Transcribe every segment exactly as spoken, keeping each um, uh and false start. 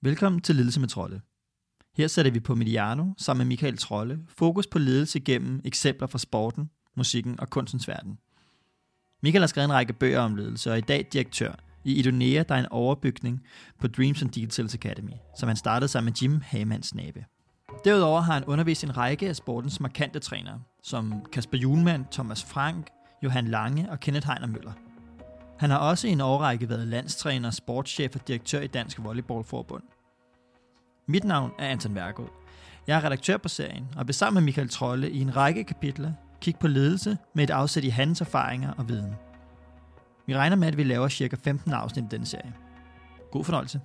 Velkommen til Ledelse med Trolle. Her sætter vi på Mediano sammen med Michael Trolle fokus på ledelse gennem eksempler fra sporten, musikken og kunstens verden. Michael har skrevet en række bøger om ledelse og er i dag direktør i Idonea, der er en overbygning på Dreams and Details Academy, som han startede sammen med Jim Hagemann-Snabe. Derudover har han undervist en række af sportens markante trænere, som Kasper Hjulmand, Thomas Frank, Johan Lange og Kenneth Heiner Møller. Han har også i en årrække været landstræner, sportschef og direktør i Dansk Volleyballforbund. Mit navn er Anton Værgod. Jeg er redaktør på serien og vil sammen med Michael Trolle i en række kapitler kigge på ledelse med et afsæt i hans erfaringer og viden. Vi regner med, at vi laver cirka femten afsnit i denne serie. God fornøjelse.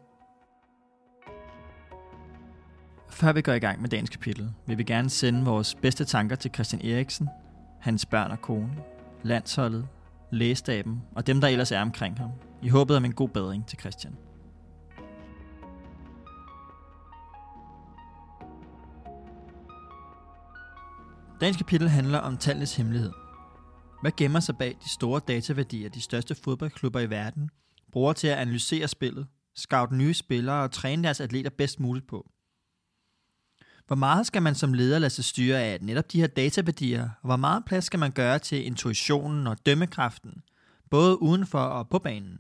Før vi går i gang med dagens kapitel, vil vi gerne sende vores bedste tanker til Christian Eriksen, hans børn og kone, landsholdet, lægestaben og dem, der ellers er omkring ham, i håbet om en god bedring til Christian. Dagens kapitel handler om tallenes hemmelighed. Hvad gemmer sig bag de store dataværdier, de største fodboldklubber i verden bruger til at analysere spillet, scoute nye spillere og træne deres atleter bedst muligt på? Hvor meget skal man som leder lade sig styre af netop de her dataværdier, og hvor meget plads skal man gøre til intuitionen og dømmekraften, både uden for og på banen?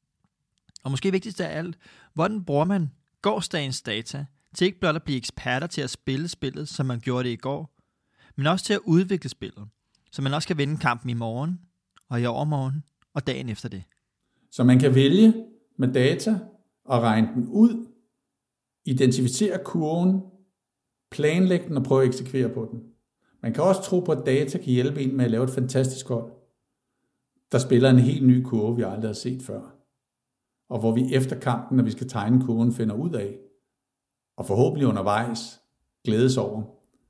Og måske vigtigst af alt, hvordan bruger man gårsdagens data til ikke blot at blive eksperter til at spille spillet, som man gjorde det i går, men også til at udvikle spillet, så man også kan vinde kampen i morgen, og i overmorgen, og dagen efter det. Så man kan vælge med data og regne den ud, identificere kurven, planlægge den og prøve at eksekvere på den. Man kan også tro på, at data kan hjælpe en med at lave et fantastisk hold, der spiller en helt ny kurve, vi aldrig har set før. Og hvor vi efter kampen, når vi skal tegne kurven, finder ud af, og forhåbentlig undervejs glædes over,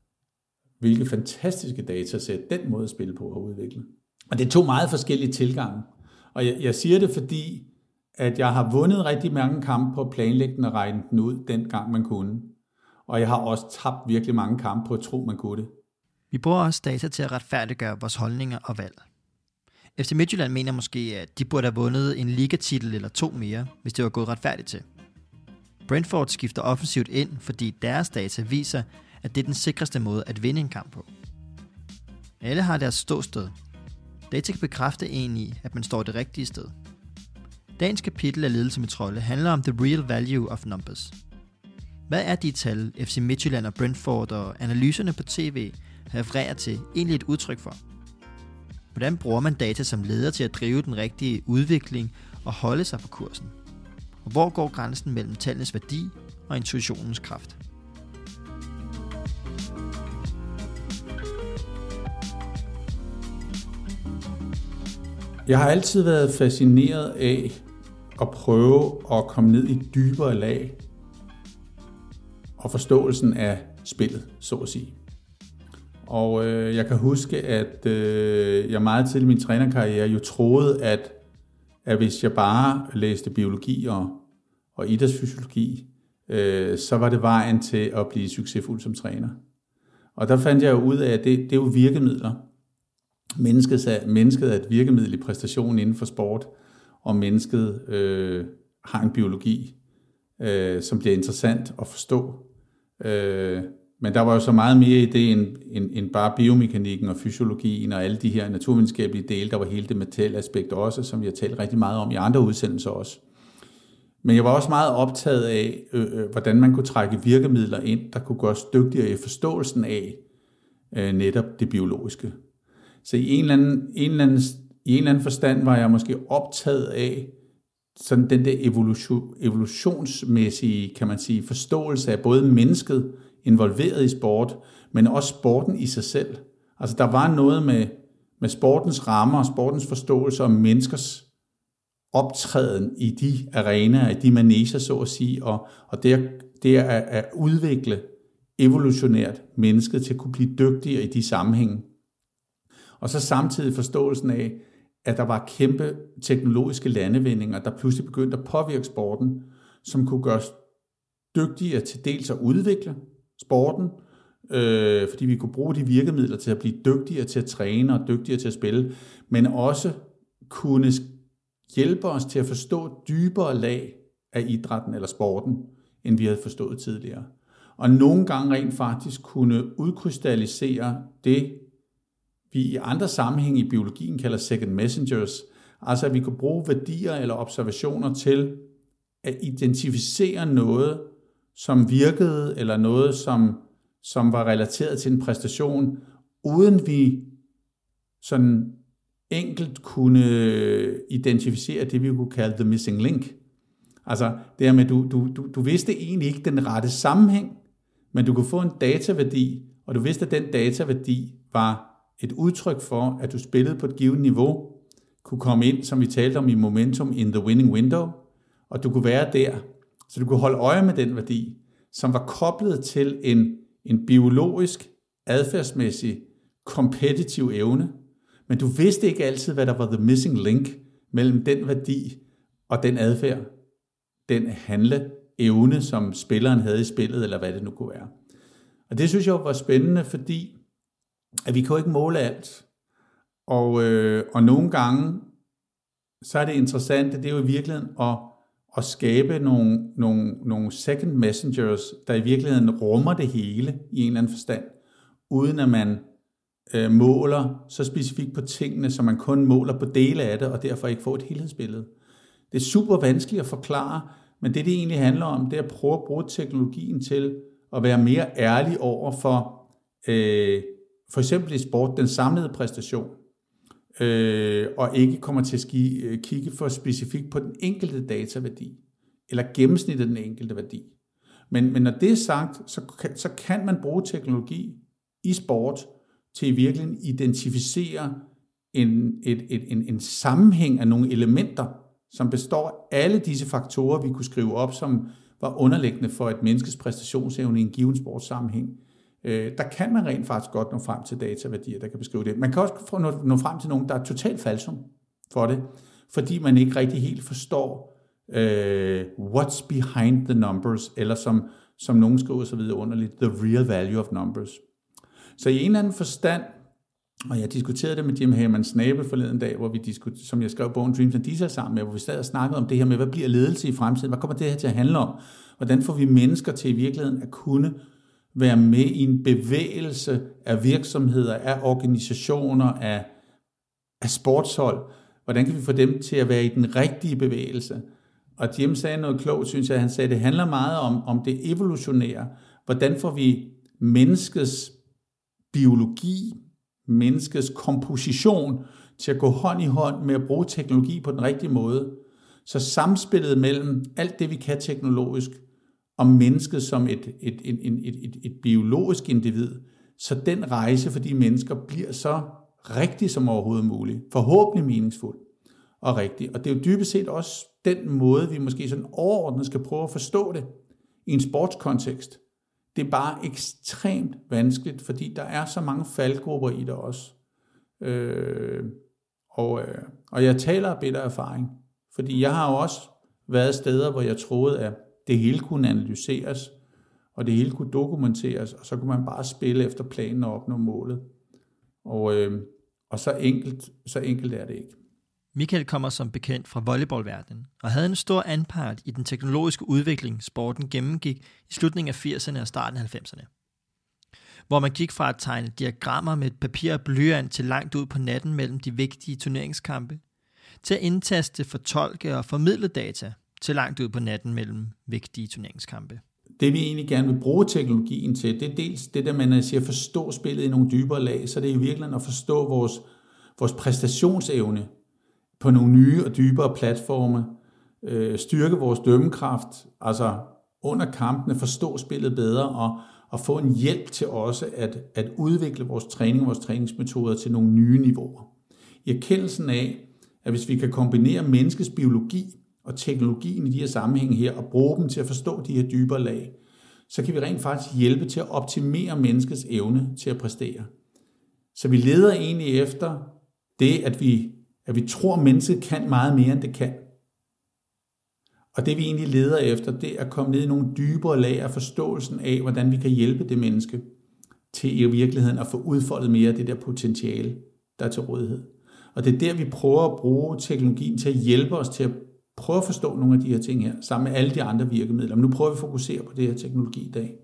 hvilke fantastiske datasæt den måde at spille på har udviklet. Og det er to meget forskellige tilgange. Og jeg, jeg siger det, fordi at jeg har vundet rigtig mange kampe på at planlægge den og regne den ud, den gang man kunne. Og jeg har også tabt virkelig mange kampe på at tro, man kunne det. Vi bruger også data til at retfærdiggøre vores holdninger og valg. F C Midtjylland mener måske, at de burde have vundet en ligatitel eller to mere, hvis det var gået retfærdigt til. Brentford skifter offensivt ind, fordi deres data viser, at det er den sikreste måde at vinde en kamp på. Alle har deres ståsted. Data kan bekræfte en i, at man står det rigtige sted. Dagens kapitel af Ledelse med Trolle handler om the real value of numbers. Hvad er de tal, F C Midtjylland og Brentford og analyserne på tv refererer til egentlig et udtryk for? Hvordan bruger man data som leder til at drive den rigtige udvikling og holde sig på kursen? Og hvor går grænsen mellem tallenes værdi og intuitionens kraft? Jeg har altid været fascineret af at prøve at komme ned i dybere lag og forståelsen af spillet, så at sige. Og øh, jeg kan huske, at øh, jeg meget til i min trænerkarriere jo troede, at, at hvis jeg bare læste biologi og, og idrætsfysiologi, øh, så var det vejen til at blive succesfuld som træner. Og der fandt jeg jo ud af, at det, det er jo virkemidler. Mennesket er, mennesket er et virkemiddel i præstationen inden for sport, og mennesket øh, har en biologi, øh, som bliver interessant at forstå. Øh, men der var jo så meget mere i det, end, end, end bare biomekanikken og fysiologien og alle de her naturvidenskabelige dele. Der var hele det mentale aspekt også, som vi har talt rigtig meget om i andre udsendelser også. Men jeg var også meget optaget af, øh, øh, hvordan man kunne trække virkemidler ind, der kunne gøre os dygtigere i forståelsen af øh, netop det biologiske. Så i en eller anden, en eller anden, i en eller anden forstand var jeg måske optaget af sådan den der evolution, evolutionsmæssige, kan man sige, forståelse af både mennesket involveret i sport, men også sporten i sig selv. Altså der var noget med, med sportens rammer og sportens forståelse og menneskers optræden i de arenaer, i de maneger, så at sige, og, og det, det er at udvikle evolutionært mennesket til at kunne blive dygtigere i de sammenhænge. Og så samtidig forståelsen af, at der var kæmpe teknologiske landevindinger, der pludselig begyndte at påvirke sporten, som kunne gøre os dygtigere til dels at udvikle sporten, øh, fordi vi kunne bruge de virkemidler til at blive dygtigere til at træne og dygtigere til at spille, men også kunne hjælpe os til at forstå dybere lag af idrætten eller sporten, end vi havde forstået tidligere. Og nogle gange rent faktisk kunne udkrystallisere det, vi i andre sammenhænge i biologien kalder second messengers, altså at vi kunne bruge værdier eller observationer til at identificere noget, som virkede, eller noget, som, som var relateret til en præstation, uden vi sådan enkelt kunne identificere det, vi kunne kalde the missing link. Altså det her med, du, du, du, du vidste egentlig ikke den rette sammenhæng, men du kunne få en dataværdi, og du vidste, at den dataværdi var et udtryk for, at du spillede på et givet niveau, kunne komme ind, som vi talte om i Momentum, in the winning window, og du kunne være der, så du kunne holde øje med den værdi, som var koblet til en, en biologisk, adfærdsmæssig, kompetitiv evne, men du vidste ikke altid, hvad der var the missing link mellem den værdi og den adfærd, den handleevne, som spilleren havde i spillet, eller hvad det nu kunne være. Og det synes jeg var spændende, fordi at vi kan jo ikke måle alt. Og, øh, og nogle gange, så er det interessant, det er jo i virkeligheden at, at skabe nogle, nogle, nogle second messengers, der i virkeligheden rummer det hele i en eller anden forstand, uden at man øh, måler så specifikt på tingene, så man kun måler på dele af det, og derfor ikke får et helhedsbillede. Det er super vanskeligt at forklare, men det, det egentlig handler om, det er at prøve at bruge teknologien til at være mere ærlig over for, øh, for eksempel i sport, den samlede præstation, øh, og ikke kommer til at ski, kigge for specifikt på den enkelte dataværdi, eller gennemsnittet af den enkelte værdi. Men, men når det er sagt, så kan, så kan man bruge teknologi i sport til i virkeligheden identificere en, et, et, en, en sammenhæng af nogle elementer, som består af alle disse faktorer, vi kunne skrive op, som var underliggende for et menneskes præstationsevne i en given sportssammenhæng. Øh, der kan man rent faktisk godt nå frem til dataværdier, der kan beskrive det. Man kan også nå, nå frem til nogen, der er totalt falsum for det, fordi man ikke rigtig helt forstår øh, what's behind the numbers, eller som, som nogen skriver så videre underligt, the real value of numbers. Så i en eller anden forstand, og jeg diskuterede det med Jim Hammond-Snabe forleden dag, hvor vi diskuterede, som jeg skrev bogen Dreams and Details sammen med, hvor vi stadig snakkede om det her med, hvad bliver ledelse i fremtiden? Hvad kommer det her til at handle om? Hvordan får vi mennesker til i virkeligheden at kunne være med i en bevægelse af virksomheder, af organisationer, af, af sportshold? Hvordan kan vi få dem til at være i den rigtige bevægelse? Og Jim sagde noget klogt, synes jeg. Han sagde, at det handler meget om, om det evolutionære. Hvordan får vi menneskets biologi, menneskets komposition til at gå hånd i hånd med at bruge teknologi på den rigtige måde. Så samspillet mellem alt det, vi kan teknologisk, og mennesket som et, et, et, et, et, et biologisk individ, så den rejse for de mennesker bliver så rigtig som overhovedet muligt. Forhåbentlig meningsfuld og rigtig. Og det er jo dybest set også den måde, vi måske sådan overordnet skal prøve at forstå det i en sportskontekst. Det er bare ekstremt vanskeligt, fordi der er så mange faldgrupper i det også. Øh, og, øh, og jeg taler af bitter erfaring, fordi jeg har jo også været steder, hvor jeg troede, at det hele kunne analyseres, og det hele kunne dokumenteres, og så kunne man bare spille efter planen og opnå målet. Og, øh, og så, enkelt, så enkelt er det ikke. Michael kommer som bekendt fra volleyballverdenen og havde en stor anpart i den teknologiske udvikling, sporten gennemgik i slutningen af firserne og starten af halvfemserne. Hvor man gik fra at tegne diagrammer med et papir og blyant til langt ud på natten mellem de vigtige turneringskampe, til at indtaste, fortolke og formidle data til langt ud på natten mellem vigtige turneringskampe. Det vi egentlig gerne vil bruge teknologien til, det er dels det der, man siger, forstå spillet i nogle dybere lag, så det er i virkeligheden at forstå vores, vores præstationsevne på nogle nye og dybere platforme, øh, styrke vores dømmekraft, altså under kampene, forstå spillet bedre, og, og få en hjælp til også at, at udvikle vores træning og vores træningsmetoder til nogle nye niveauer. I erkendelsen af, at hvis vi kan kombinere menneskets biologi og teknologien i de her sammenhænge her, og bruge dem til at forstå de her dybere lag, så kan vi rent faktisk hjælpe til at optimere menneskets evne til at præstere. Så vi leder egentlig efter det, at vi at vi tror, at mennesket kan meget mere, end det kan. Og det vi egentlig leder efter, det er at komme ned i nogle dybere lag af forståelsen af, hvordan vi kan hjælpe det menneske til i virkeligheden at få udfoldet mere af det der potentiale, der er til rådighed. Og det er der, vi prøver at bruge teknologien til at hjælpe os til at prøve at forstå nogle af de her ting her, sammen med alle de andre virkemidler. Men nu prøver vi at fokusere på det her teknologi i dag.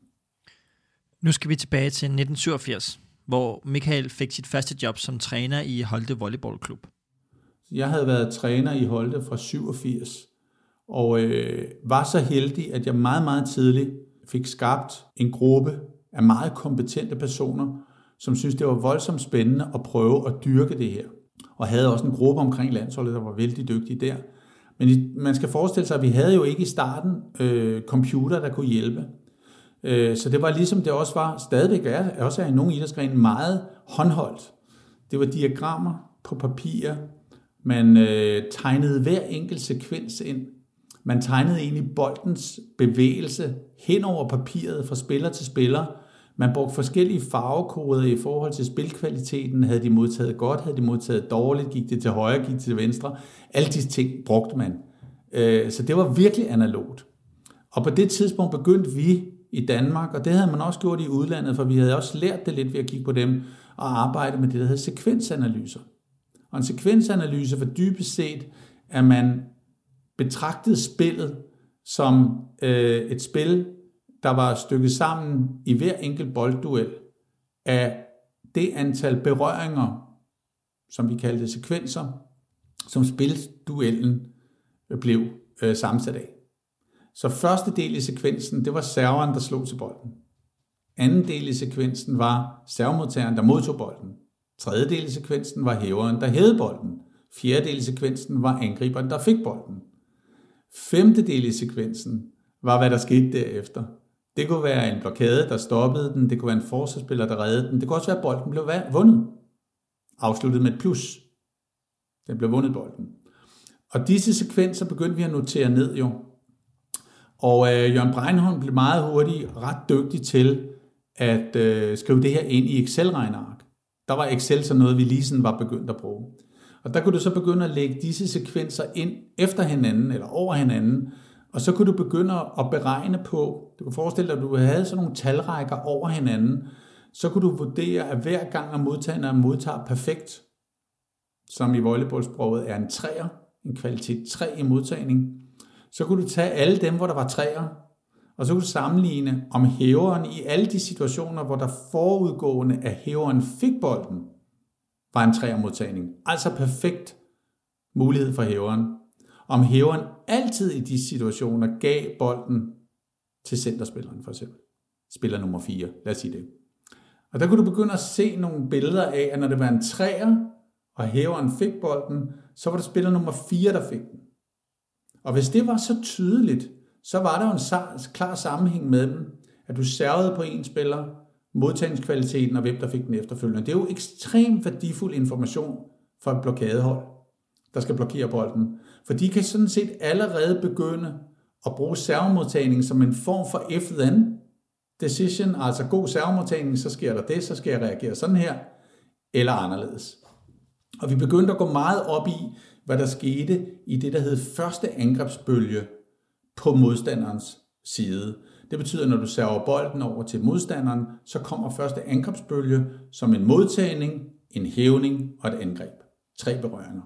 Nu skal vi tilbage til nitten syvogfirs, hvor Michael fik sit første job som træner i Holte Volleyballklub. Jeg havde været træner i Holte fra syvogfirs, og øh, var så heldig, at jeg meget, meget tidligt fik skabt en gruppe af meget kompetente personer, som synes det var voldsomt spændende at prøve at dyrke det her. Og havde også en gruppe omkring landsholdet, der var vældig dygtige der. Men man skal forestille sig, at vi havde jo ikke i starten øh, computer, der kunne hjælpe. Øh, så det var ligesom det også var, stadigvæk er, også er i nogle idrætsgrene meget håndholdt. Det var diagrammer på papir. Man øh, tegnede hver enkelt sekvens ind. Man tegnede egentlig boldens bevægelse hen over papiret fra spiller til spiller. Man brugte forskellige farvekoder i forhold til spilkvaliteten. Havde de modtaget godt, havde de modtaget dårligt, gik det til højre, gik det til venstre. Alle disse ting brugte man. Så det var virkelig analogt. Og på det tidspunkt begyndte vi i Danmark, og det havde man også gjort i udlandet, for vi havde også lært det lidt ved at kigge på dem og arbejde med det, der hedder sekvensanalyser. Og en sekvensanalyse var dybest set, at man betragtede spillet som øh, et spil, der var stykket sammen i hver enkelt boldduel af det antal berøringer, som vi kaldte sekvenser, som spilduellen blev øh, sammensat af. Så første del i sekvensen, det var serveren, der slog til bolden. Anden del i sekvensen var servemodtageren, der modtog bolden. Tredje del i sekvensen var hæveren, der hævede bolden. Fjerde del i sekvensen var angriberen, der fik bolden. Femte del i sekvensen var, hvad der skete derefter. Det kunne være en blokade, der stoppede den. Det kunne være en forsvarsspiller, der reddede den. Det kunne også være, at bolden blev vundet. Afsluttet med et plus. Den blev vundet bolden. Og disse sekvenser begyndte vi at notere ned jo. Og øh, Jørgen Breinholm blev meget hurtigt ret dygtig til at øh, skrive det her ind i Excel-regneark. Der var Excel så noget, vi lige sådan var begyndt at bruge. Og der kunne du så begynde at lægge disse sekvenser ind efter hinanden, eller over hinanden, og så kunne du begynde at beregne på, du kan forestille dig, at du havde sådan nogle talrækker over hinanden, så kunne du vurdere, at hver gang at modtageren modtager perfekt, som i volleyballsproget er en treer, en kvalitet tre i modtagning, så kunne du tage alle dem, hvor der var treer, og så kunne du sammenligne om hæveren i alle de situationer, hvor der forudgående af hæveren fik bolden, var en treer-modtagning. Altså perfekt mulighed for hæveren. Om hæveren altid i de situationer gav bolden til centerspilleren for eksempel. Spiller nummer fire, lad os sige det. Og der kunne du begynde at se nogle billeder af, at når det var en treer, og hæveren fik bolden, så var det spiller nummer fire, der fik den. Og hvis det var så tydeligt, så var der jo en klar sammenhæng med dem, at du servede på en spiller, modtagningskvaliteten og hvem der fik den efterfølgende. Det er jo ekstremt værdifuld information for et blokadehold, der skal blokere bolden. For de kan sådan set allerede begynde at bruge servemodtagning som en form for if-then decision, altså god servemodtagning, så sker der det, så skal jeg reagere sådan her, eller anderledes. Og vi begyndte at gå meget op i, hvad der skete i det, der hed første angrebsbølge på modstanderens side. Det betyder, at når du server bolden over til modstanderen, så kommer første angrebsbølge som en modtagning, en hævning og et angreb. Tre berøringer.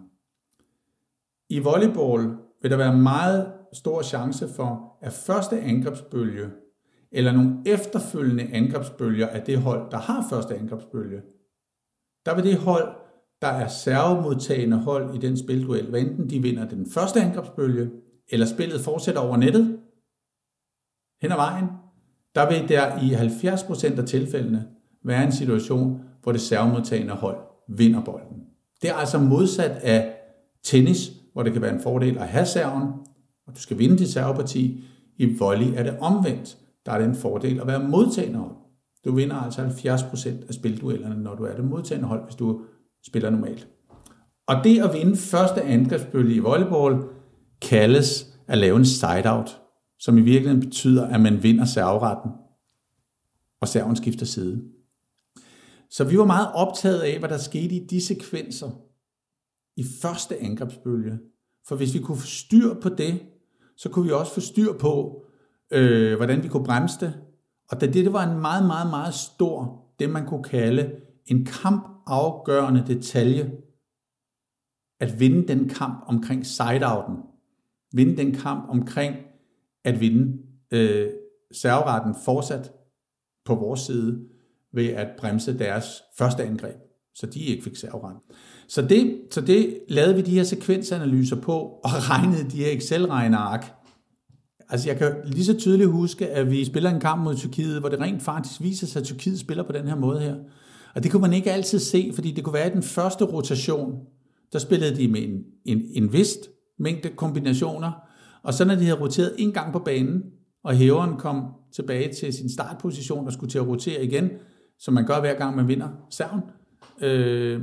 I volleyball vil der være meget stor chance for, at første angrebsbølge eller nogle efterfølgende angrebsbølger af det hold, der har første angrebsbølge, der vil det hold, der er servemodtagende hold i den spilduel, hvad enten de vinder den første angrebsbølge, eller spillet fortsætter over nettet, hen ad vejen, der vil der i halvfjerds procent af tilfældene være en situation, hvor det servemodtagende hold vinder bolden. Det er altså modsat af tennis, hvor det kan være en fordel at have serven, og du skal vinde dit serveparti. I volley er det omvendt. Der er det en fordel at være modtagende hold. Du vinder altså halvfjerds procent af spilduellerne, når du er det modtagende hold, hvis du spiller normalt. Og det at vinde første angrebsbølge i volleyball kaldes at lave en side-out, som i virkeligheden betyder, at man vinder serveretten, og serven skifter side. Så vi var meget optaget af, hvad der skete i de sekvenser i første angrebsbølge. For hvis vi kunne få styr på det, så kunne vi også få styr på, øh, hvordan vi kunne bremse det. Og da det var en meget, meget, meget stor, det man kunne kalde en kampafgørende detalje, at vinde den kamp omkring side-outen, vinde den kamp omkring at vinde øh, serveretten fortsat på vores side ved at bremse deres første angreb, så de ikke fik serveretten. Så det, så det lavede vi de her sekvensanalyser på og regnede de her Excel-regneark. Altså jeg kan lige så tydeligt huske, at vi spiller en kamp mod Tyrkiet, hvor det rent faktisk viser sig, at Tyrkiet spiller på den her måde her. Og det kunne man ikke altid se, fordi det kunne være, at den første rotation, der spillede de med en, en, en vist mængde kombinationer, og så når de havde roteret en gang på banen, og hæveren kom tilbage til sin startposition og skulle til at rotere igen, som man gør hver gang man vinder serven, øh,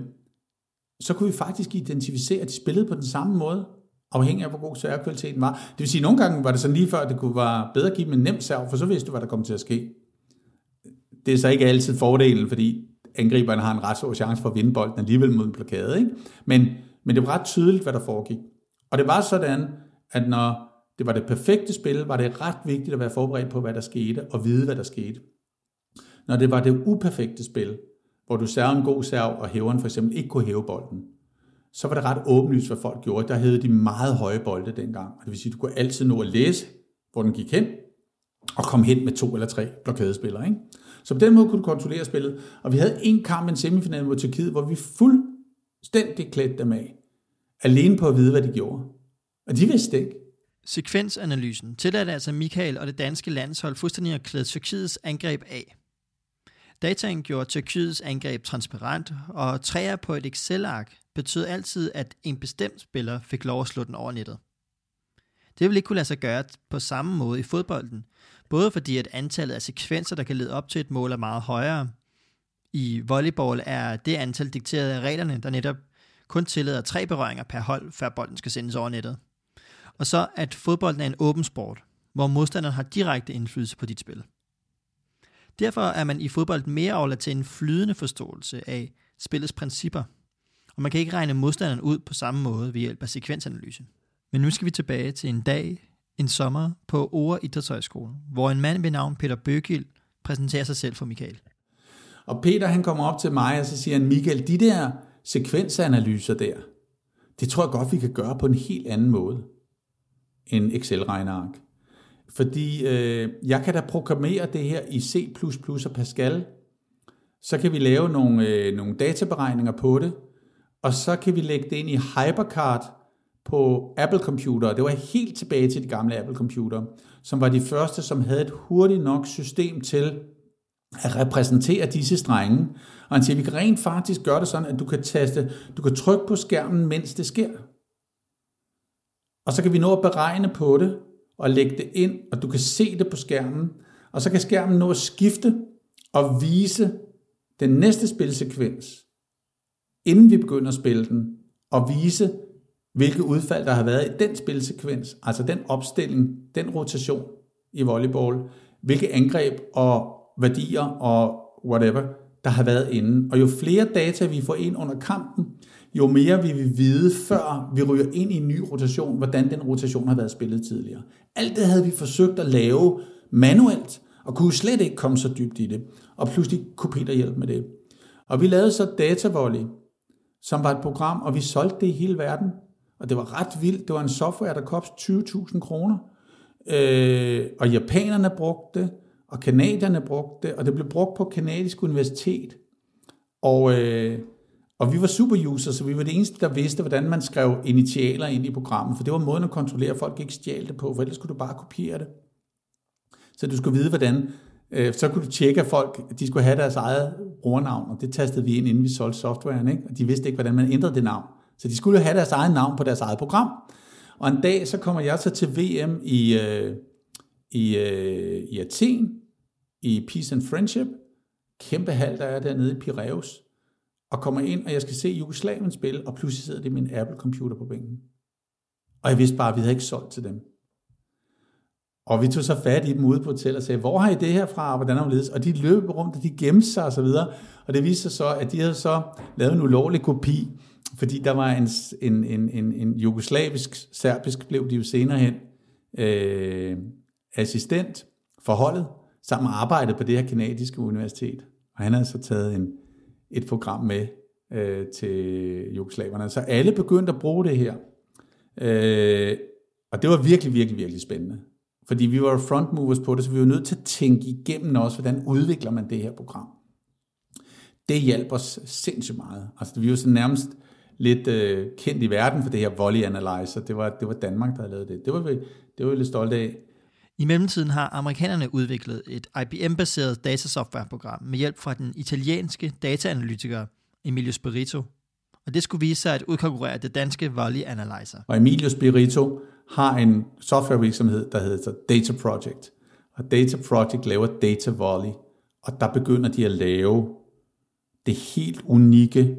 så kunne vi faktisk identificere, at de spillede på den samme måde, afhængig af, hvor god servekvaliteten var. Det vil sige, at nogle gange var det sådan lige før, at det kunne være bedre at give dem en nem serv, for så vidste du, hvad der kom til at ske. Det er så ikke altid fordelen, fordi angriberne har en ret stor chance for at vinde bolden alligevel mod en blokade, ikke? Men, men det var ret tydeligt, hvad der foregik. Og det var sådan, at når det var det perfekte spil, var det ret vigtigt at være forberedt på, hvad der skete, og vide, hvad der skete. Når det var det uperfekte spil, hvor du servede en god serv, og hæveren for eksempel ikke kunne hæve bolden, så var det ret åbenlyst, hvad folk gjorde. Der havde de meget høje bolde dengang. Og det vil sige, at du kunne altid nå at læse, hvor den gik hen, og komme hen med to eller tre blokadespillere, ikke? Så på den måde kunne du kontrollere spillet. Og vi havde en kamp, en semifinal mod Tyrkiet, hvor vi fuldstændig klædte dem af. Alene på at vide, hvad de gjorde. Og de vidste ikke. Sekvensanalysen tillader altså Michael og det danske landshold fuldstændig at klæde Tyrkiets angreb af. Dataen gjorde Tyrkiets angreb transparent, og træer på et Excel-ark betød altid, at en bestemt spiller fik lov at slå den over nettet. Det ville ikke kunne lade sig gøre på samme måde i fodbolden, både fordi at antallet af sekvenser, der kan lede op til et mål, er meget højere. I volleyball er det antal dikteret af reglerne, der netop kun tillader tre berøringer per hold, før bolden skal sendes over nettet. Og så at fodbolden er en åben sport, hvor modstanderen har direkte indflydelse på dit spil. Derfor er man i fodbold mere overladt til en flydende forståelse af spillets principper, og man kan ikke regne modstanderen ud på samme måde ved hjælp af sekvensanalyse. Men nu skal vi tilbage til en dag, en sommer, på Ore Idrætshøjskole, hvor en mand ved navn Peter Bøgild præsenterer sig selv for Michael. Og Peter han kommer op til mig, og så siger han, Michael, de der sekvensanalyser der, det tror jeg godt, vi kan gøre på en helt anden måde end Excel-regneark. Fordi øh, jeg kan da programmere det her i C plus plus og Pascal, så kan vi lave nogle, øh, nogle databeregninger på det, og så kan vi lægge det ind i HyperCard på Apple-computere. Det var helt tilbage til de gamle Apple-computere, som var de første, som havde et hurtigt nok system til at repræsentere disse strenge. Og han siger, vi kan rent faktisk gøre det sådan, at du kan taste, du kan trykke på skærmen, mens det sker. Og så kan vi nå at beregne på det, og lægge det ind, og du kan se det på skærmen. Og så kan skærmen nå at skifte og vise den næste spilsekvens, inden vi begynder at spille den, og vise, hvilke udfald der har været i den spilsekvens, altså den opstilling, den rotation i volleyball, hvilke angreb og værdier og whatever, der har været inde. Og jo flere data vi får ind under kampen, jo mere vil vi vide, før vi ryger ind i en ny rotation, hvordan den rotation har været spillet tidligere. Alt det havde vi forsøgt at lave manuelt, og kunne slet ikke komme så dybt i det. Og pludselig kunne Peter hjælpe med det. Og vi lavede så Datavolley, som var et program, og vi solgte det i hele verden. Og det var ret vildt. Det var en software, der kostede tyve tusind kroner. Øh, og japanerne brugte det, og kanadierne brugte det, og det blev brugt på Kanadisk Universitet. Og, øh, og vi var superuser, så vi var det eneste, der vidste, hvordan man skrev initialer ind i programmet, for det var måden at kontrollere, at folk ikke stjal det på, for ellers skulle du bare kopiere det. Så du skulle vide, hvordan, øh, så kunne du tjekke, at folk de skulle have deres eget brugernavn, og det tastede vi ind, inden vi solgte softwaren, ikke? Og de vidste ikke, hvordan man ændrede det navn. Så de skulle have deres eget navn på deres eget program. Og en dag, så kommer jeg så til V M i, øh, i, øh, i Athen, i Peace and Friendship, kæmpe hal, der er dernede i Piraeus, og kommer ind, og jeg skal se Jugoslavien spille, og pludselig sidder det med en Apple-computer på bænken. Og jeg vidste bare, at vi havde ikke solgt til dem. Og vi tog så fat i dem ude på hotellet og sagde, hvor har I det her fra, og hvordan har I ledes? Og de løb rundt, og de gemte sig og så videre. Og det viste sig så, at de havde så lavet en ulovlig kopi, fordi der var en, en, en, en, en jugoslavisk, serbisk, blev de jo senere hen, øh, assistent for holdet, sammen arbejdede på det her kanadiske universitet. Og han havde så taget en, et program med øh, til jugoslaverne. Så alle begyndte at bruge det her. Øh, Og det var virkelig, virkelig, virkelig spændende. Fordi vi var frontmovers på det, så vi var nødt til at tænke igennem også, hvordan udvikler man det her program. Det hjalp os sindssygt meget. Altså, vi var så nærmest lidt øh, kendt i verden for det her Volley Analyzer. Det var, det var Danmark, der havde lavet det. Det var vi, det var vi lidt stolte af. I mellemtiden har amerikanerne udviklet et I B M-baseret datasoftwareprogram med hjælp fra den italienske dataanalytiker Emilio Spirito. Og det skulle vise sig at udkonkurrere det danske Volley Analyzer. Og Emilio Spirito har en softwarevirksomhed, der hedder Data Project. Og Data Project laver Data Volley. Og der begynder de at lave det helt unikke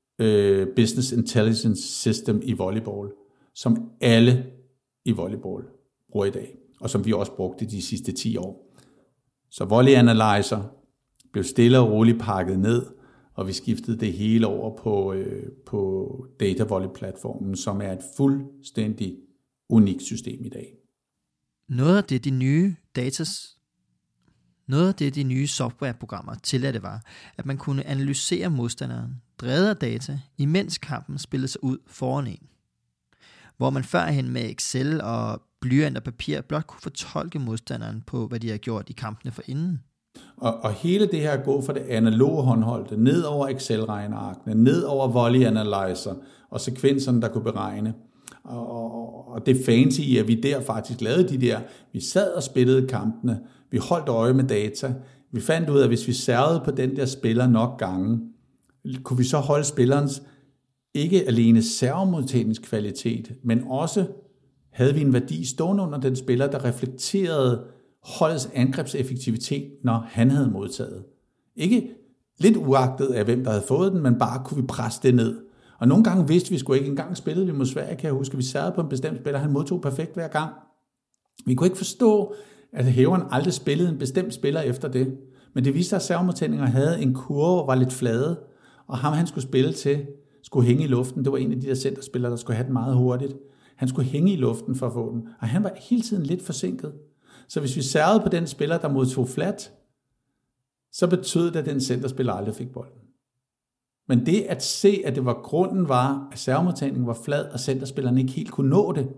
øh, Business Intelligence System i volleyball, som alle i volleyball bruger i dag, og som vi også brugte de sidste ti år. Så Volley Analyzer blev stille og roligt pakket ned, og vi skiftede det hele over på, øh, på Data Volley-platformen, som er et fuldstændig unikt system i dag. Noget af det, de nye datas Noget af det, de nye softwareprogrammer tilladte var, at man kunne analysere modstanderen, drevet af data, imens kampen spillede sig ud foran en. Hvor man førhen med Excel og blyant og papir blot kunne fortolke modstanderen på, hvad de har gjort i kampene forinden. Og, og hele det her går fra det analoge håndholdte, ned over Excel-regnearkene, ned over Volley Analyzer og sekvenserne, der kunne beregne. Og, og, og det fancy i, at vi der faktisk lavede de der, vi sad og spillede kampene, vi holdt øje med data, vi fandt ud af, at hvis vi servede på den der spiller nok gange, kunne vi så holde spillerens ikke alene servemodtagningskvalitet, men også havde vi en værdi stående under den spiller, der reflekterede holdets angrebseffektivitet, når han havde modtaget. Ikke lidt uagtet af, hvem der havde fået den, men bare kunne vi presse det ned. Og nogle gange vidste vi sgu ikke, engang spillede vi mod Sverige, kan jeg huske, vi sad på en bestemt spiller, han modtog perfekt hver gang. Vi kunne ikke forstå, at hæveren aldrig spillede en bestemt spiller efter det. Men det viste sig, at servemodtagninger havde en kurve, var lidt flade, og ham han skulle spille til, skulle hænge i luften. Det var en af de der centerspillere, der skulle have den meget hurtigt. Han skulle hænge i luften for at få den, og han var hele tiden lidt forsinket. Så hvis vi servede på den spiller, der modtog flat, så betød det, at den centerspiller aldrig fik bolden. Men det at se, at det var grunden var, at servemodtagningen var flad, og centerspilleren ikke helt kunne nå det,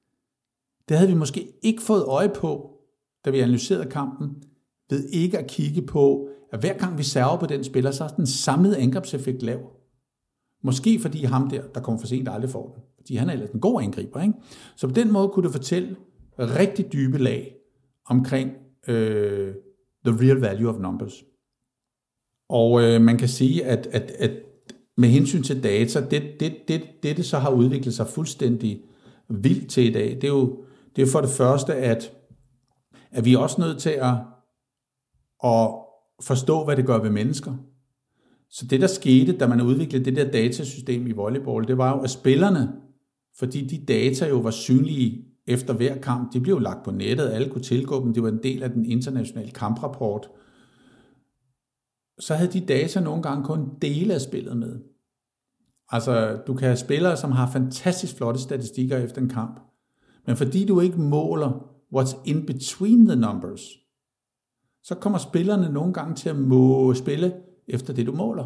det havde vi måske ikke fået øje på, da vi analyserede kampen, ved ikke at kigge på, at hver gang vi server på den spiller, så er den samlede angrebseffekt lav. Måske fordi ham der, der kommer for sent, aldrig får den. Fordi han er ellers en god angriber, ikke? Så på den måde kunne det fortælle rigtig dybe lag omkring øh, the real value of numbers. Og øh, man kan sige, at, at, at med hensyn til data, det det, det, det det så har udviklet sig fuldstændig vildt til i dag, det er jo, det er for det første, at, at vi er også nødt til at, at forstå, hvad det gør ved mennesker. Så det, der skete, da man udviklede det der datasystem i volleyball, det var jo, at spillerne, fordi de data jo var synlige efter hver kamp, de blev jo lagt på nettet, alle kunne tilgå dem, det var en del af den internationale kamprapport, så havde de data nogle gange kun dele af spillet med. Altså, du kan have spillere, som har fantastisk flotte statistikker efter en kamp, men fordi du ikke måler what's in between the numbers, så kommer spillerne nogle gange til at må spille efter det, du måler.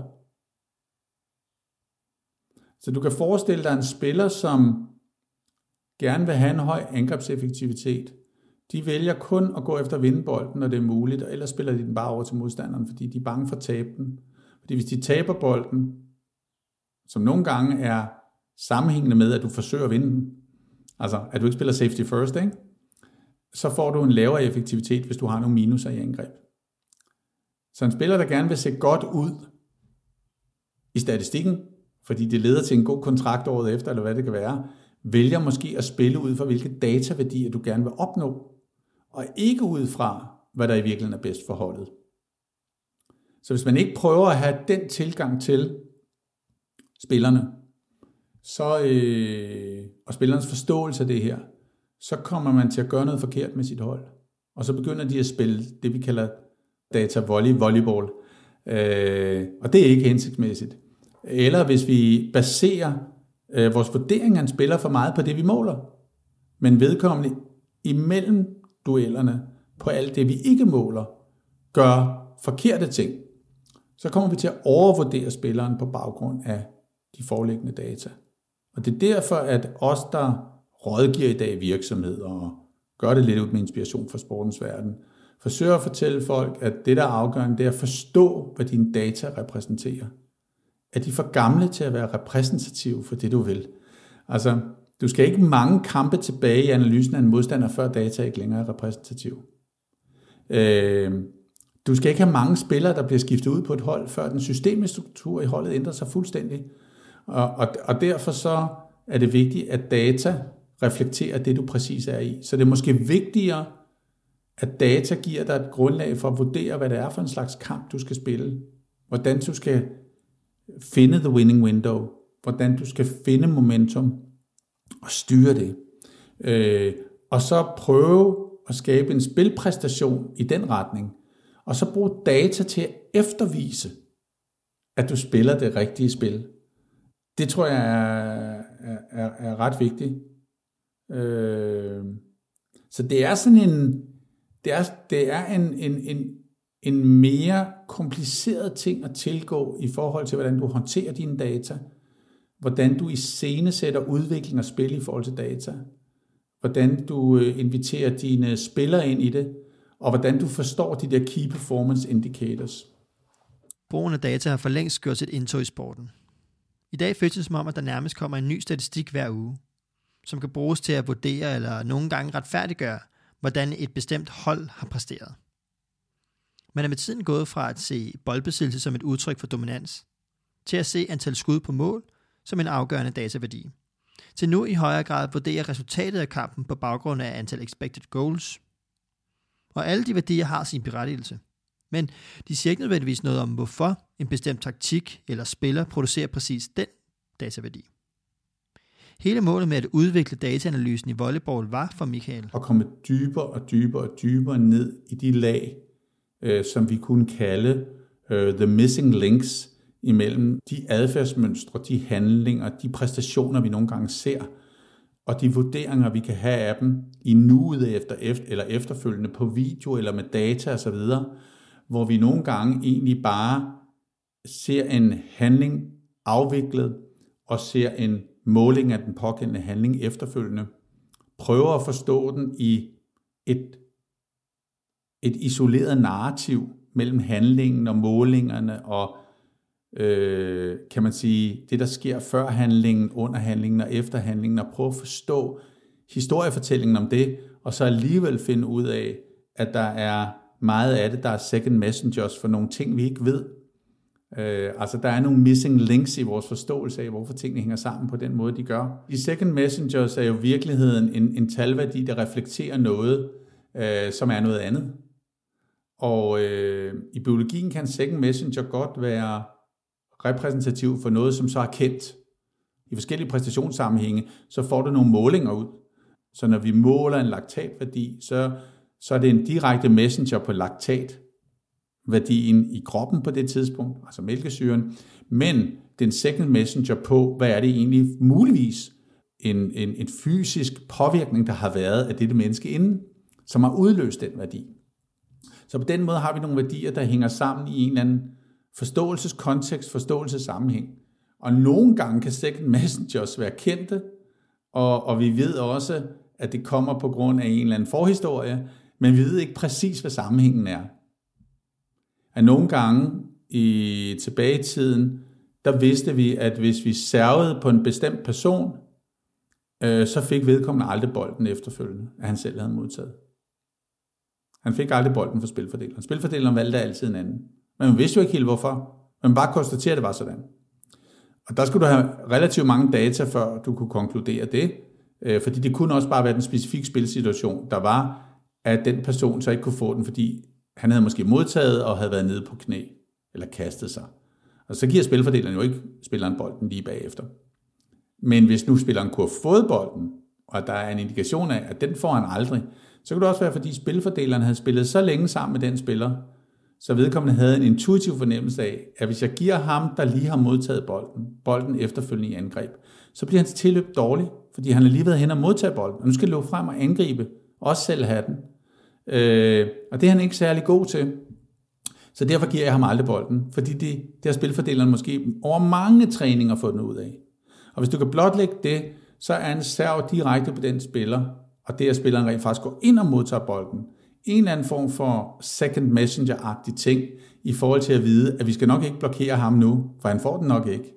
Så du kan forestille dig en spiller, som gerne vil have en høj angrebseffektivitet. De vælger kun at gå efter at vinde bolden, når det er muligt, og ellers spiller de den bare over til modstanderen, fordi de er bange for at tabe den. Fordi hvis de taber bolden, som nogle gange er sammenhængende med, at du forsøger at vinde den, altså at du ikke spiller safety first, ikke? Så får du en lavere effektivitet, hvis du har nogle minuser i angreb. Så en spiller, der gerne vil se godt ud i statistikken, fordi det leder til en god kontrakt året efter, eller hvad det kan være, vælger måske at spille ud fra, hvilke dataværdier du gerne vil opnå, og ikke ud fra, hvad der i virkeligheden er bedst for holdet. Så hvis man ikke prøver at have den tilgang til spillerne, så, øh, og spillernes forståelse af det her, så kommer man til at gøre noget forkert med sit hold. Og så begynder de at spille det, vi kalder data volley, volleyball. Øh, og det er ikke hensigtsmæssigt. Eller hvis vi baserer øh, vores vurdering af en spiller for meget på det, vi måler, men vedkommende imellem duellerne på alt det, vi ikke måler, gør forkerte ting, så kommer vi til at overvurdere spilleren på baggrund af de foreliggende data. Og det er derfor, at os, der rådgiver i dag virksomheder og gør det lidt ud med inspiration fra sportens verden. Forsøger at fortælle folk, at det, der er afgørende, det er at forstå, hvad dine data repræsenterer. Er de for gamle til at være repræsentative for det, du vil? Altså, du skal ikke mange kampe tilbage i analysen af en modstander, før data ikke længere er repræsentativ. Øh, du skal ikke have mange spillere, der bliver skiftet ud på et hold, før den systemiske struktur i holdet ændrer sig fuldstændig. Og, og, og derfor så er det vigtigt, at data reflekterer det, du præcis er i. Så det er måske vigtigere, at data giver dig et grundlag for at vurdere, hvad det er for en slags kamp, du skal spille. Hvordan du skal finde the winning window. Hvordan du skal finde momentum og styre det. Øh, og så prøve at skabe en spilpræstation i den retning. Og så bruge data til at eftervise, at du spiller det rigtige spil. Det tror jeg er, er, er ret vigtigt. Øh, så det er sådan en, det er, det er en, en, en, en mere kompliceret ting at tilgå i forhold til, hvordan du håndterer dine data, hvordan du iscenesætter udvikling og spil i forhold til data, hvordan du inviterer dine spillere ind i det, og hvordan du forstår de der key performance indicators. Brugen af data har for længst gjort sit indtog i sporten. I dag føles det som om, at der nærmest kommer en ny statistik hver uge, som kan bruges til at vurdere eller nogle gange retfærdiggøre, hvordan et bestemt hold har præsteret. Man er med tiden gået fra at se boldbesiddelse som et udtryk for dominans, til at se antal skud på mål som en afgørende dataværdi, til nu i højere grad vurdere resultatet af kampen på baggrund af antal expected goals. Og alle de værdier har sin berettigelse. Men de siger ikke nødvendigvis noget om, hvorfor en bestemt taktik eller spiller producerer præcis den dataværdi. Hele målet med at udvikle dataanalysen i volleyball var for Michael at komme dybere og dybere og dybere ned i de lag, øh, som vi kunne kalde øh, the missing links imellem de adfærdsmønstre, de handlinger, de præstationer, vi nogle gange ser, og de vurderinger, vi kan have af dem i nuet efter, efter eller efterfølgende på video eller med data osv., hvor vi nogle gange egentlig bare ser en handling afviklet og ser en måling af den pågældende handling efterfølgende, prøver at forstå den i et, et isoleret narrativ mellem handlingen og målingerne og øh, kan man sige, det der sker før handlingen, under handlingen og efter handlingen, og prøve at forstå historiefortællingen om det, og så alligevel finde ud af, at der er meget af det, der er second messengers for nogle ting, vi ikke ved. Øh, altså der er nogle missing links i vores forståelse af, hvorfor tingene hænger sammen på den måde, de gør. De second messengers er jo i virkeligheden en, en talværdi, der reflekterer noget, øh, som er noget andet. Og øh, i biologien kan second messenger godt være repræsentativ for noget, som så er kendt. I forskellige præstationssammenhænge, så får du nogle målinger ud. Så når vi måler en laktatværdi, så, så er det en direkte messenger på laktatværdien i kroppen på det tidspunkt, altså mælkesyren, men den second messenger på, hvad er det egentlig muligvis en, en, en fysisk påvirkning, der har været af dette menneske inden, som har udløst den værdi. Så på den måde har vi nogle værdier, der hænger sammen i en eller anden forståelseskontekst, forståelsessammenhæng. Og nogle gange kan second messengers være kendte, og, og vi ved også, at det kommer på grund af en eller anden forhistorie, men vi ved ikke præcis, hvad sammenhængen er. At nogle gange i tilbage i tiden, der vidste vi, at hvis vi servede på en bestemt person, øh, så fik vedkommende aldrig bolden efterfølgende, at han selv havde modtaget. Han fik aldrig bolden for spilfordeleren. Spilfordeleren valgte altid en anden. Men man vidste jo ikke helt hvorfor. Man bare konstaterede, at det var sådan. Og der skulle du have relativt mange data, før du kunne konkludere det. Øh, fordi det kunne også bare være den specifikke spilsituation, der var, at den person så ikke kunne få den, fordi han havde måske modtaget og havde været nede på knæ, eller kastet sig. Og så giver spilfordeleren jo ikke spilleren bolden lige bagefter. Men hvis nu spilleren kunne have fået bolden, og der er en indikation af, at den får han aldrig, så kunne det også være, fordi spilfordeleren havde spillet så længe sammen med den spiller, så vedkommende havde en intuitiv fornemmelse af, at hvis jeg giver ham, der lige har modtaget bolden, bolden efterfølgende i angreb, så bliver hans tilløb dårlig, fordi han har lige været hen og modtaget bolden, og nu skal løbe frem og angribe, også selv have den. Øh, og det er han ikke særlig god til. Så derfor giver jeg ham aldrig bolden, fordi det, det har spilfordeleren måske over mange træninger fået den ud af. Og hvis du kan blotlægge det, så er en serv direkte på den spiller, og det er, at spilleren rent faktisk går ind og modtager bolden. En eller anden form for second messenger-agtig ting, i forhold til at vide, at vi skal nok ikke blokere ham nu, for han får den nok ikke.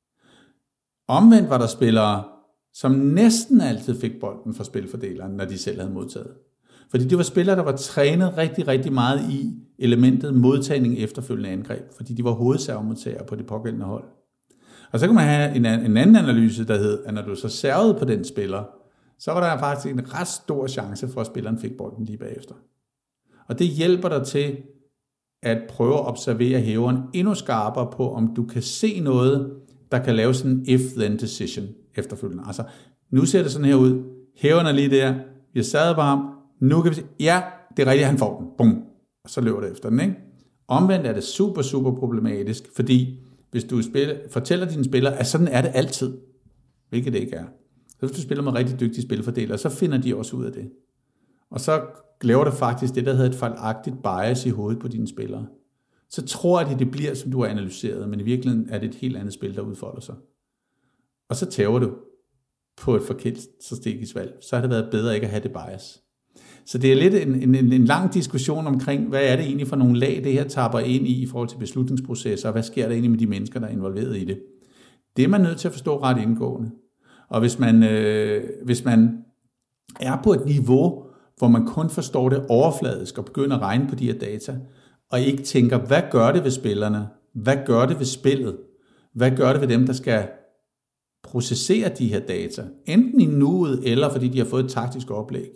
Omvendt var der spillere, som næsten altid fik bolden fra spilfordeleren, når de selv havde modtaget. Fordi det var spillere, der var trænet rigtig, rigtig meget i elementet modtagning efterfølgende angreb, fordi de var hovedservemodtagere på det pågældende hold. Og så kan man have en, en anden analyse, der hed, at når du så servede på den spiller, så var der faktisk en ret stor chance for, at spilleren fik bolden lige bagefter. Og det hjælper dig til at prøve at observere hæveren endnu skarpere på, om du kan se noget, der kan lave sådan en if-then decision efterfølgende. Altså, nu ser det sådan her ud. Hæveren er lige der. Vi har sad på ham. Nu kan vi se, ja, det er rigtigt, han får den. Bum. Og så løber det efter den, ikke? Omvendt er det super, super problematisk, fordi hvis du spiller, fortæller dine spillere, at sådan er det altid, hvilket det ikke er. Så hvis du spiller med rigtig dygtige spilfordelere, så finder de også ud af det. Og så laver det faktisk det, der hedder et fejlagtigt bias i hovedet på dine spillere. Så tror de, det bliver, som du har analyseret, men i virkeligheden er det et helt andet spil, der udfolder sig. Og så tager du på et forkert strategisk valg. Så har det været bedre ikke at have det bias. Så det er lidt en, en, en lang diskussion omkring, hvad er det egentlig for nogle lag, det her tapper ind i, i forhold til beslutningsprocesser, og hvad sker der egentlig med de mennesker, der er involveret i det. Det er man nødt til at forstå ret indgående. Og hvis man, øh, hvis man er på et niveau, hvor man kun forstår det overfladisk og begynder at regne på de her data, og ikke tænker, hvad gør det ved spillerne? Hvad gør det ved spillet? Hvad gør det ved dem, der skal processere de her data? Enten i nuet, eller fordi de har fået et taktisk oplæg.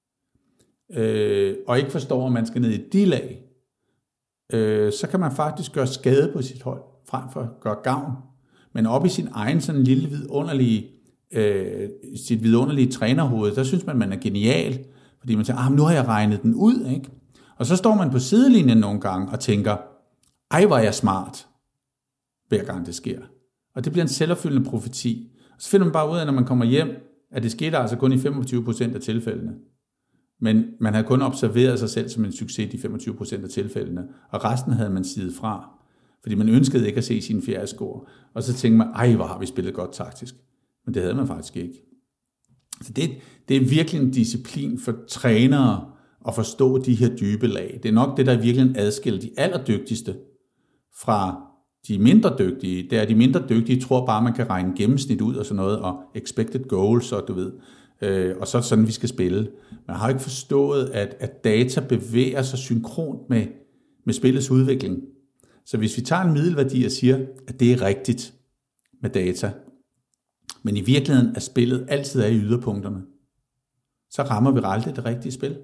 Øh, og ikke forstår, at man skal ned i de lag, øh, så kan man faktisk gøre skade på sit hold, frem for at gøre gavn. Men op i sin egen sådan lille vidunderlige, øh, sit vidunderlige trænerhoved, der synes man, man er genial, fordi man tænker, ah, nu har jeg regnet den ud, ikke? Og så står man på sidelinjen nogle gange og tænker, ej, hvor er jeg smart, hver gang det sker. Og det bliver en selvopfyldende profeti. Og så finder man bare ud af, når man kommer hjem, at det sker altså kun i femogtyve procent af tilfældene. Men man havde kun observeret sig selv som en succes i femogtyve procent af tilfældene, og resten havde man sidet fra, fordi man ønskede ikke at se sine fjerde score. Og så tænkte man, ej, hvor har vi spillet godt taktisk. Men det havde man faktisk ikke. Så det, det er virkelig en disciplin for trænere at forstå de her dybe lag. Det er nok det, der virkelig adskiller de allerdygtigste fra de mindre dygtige. Det er, de mindre dygtige tror bare, man kan regne gennemsnit ud og sådan noget, og expected goals, og du ved, øh, og så er det sådan, vi skal spille. Man har ikke forstået, at, at data bevæger sig synkront med, med spillets udvikling. Så hvis vi tager en middelværdi og siger, at det er rigtigt med data, men i virkeligheden er spillet altid er i yderpunkterne, så rammer vi aldrig det rigtige spil.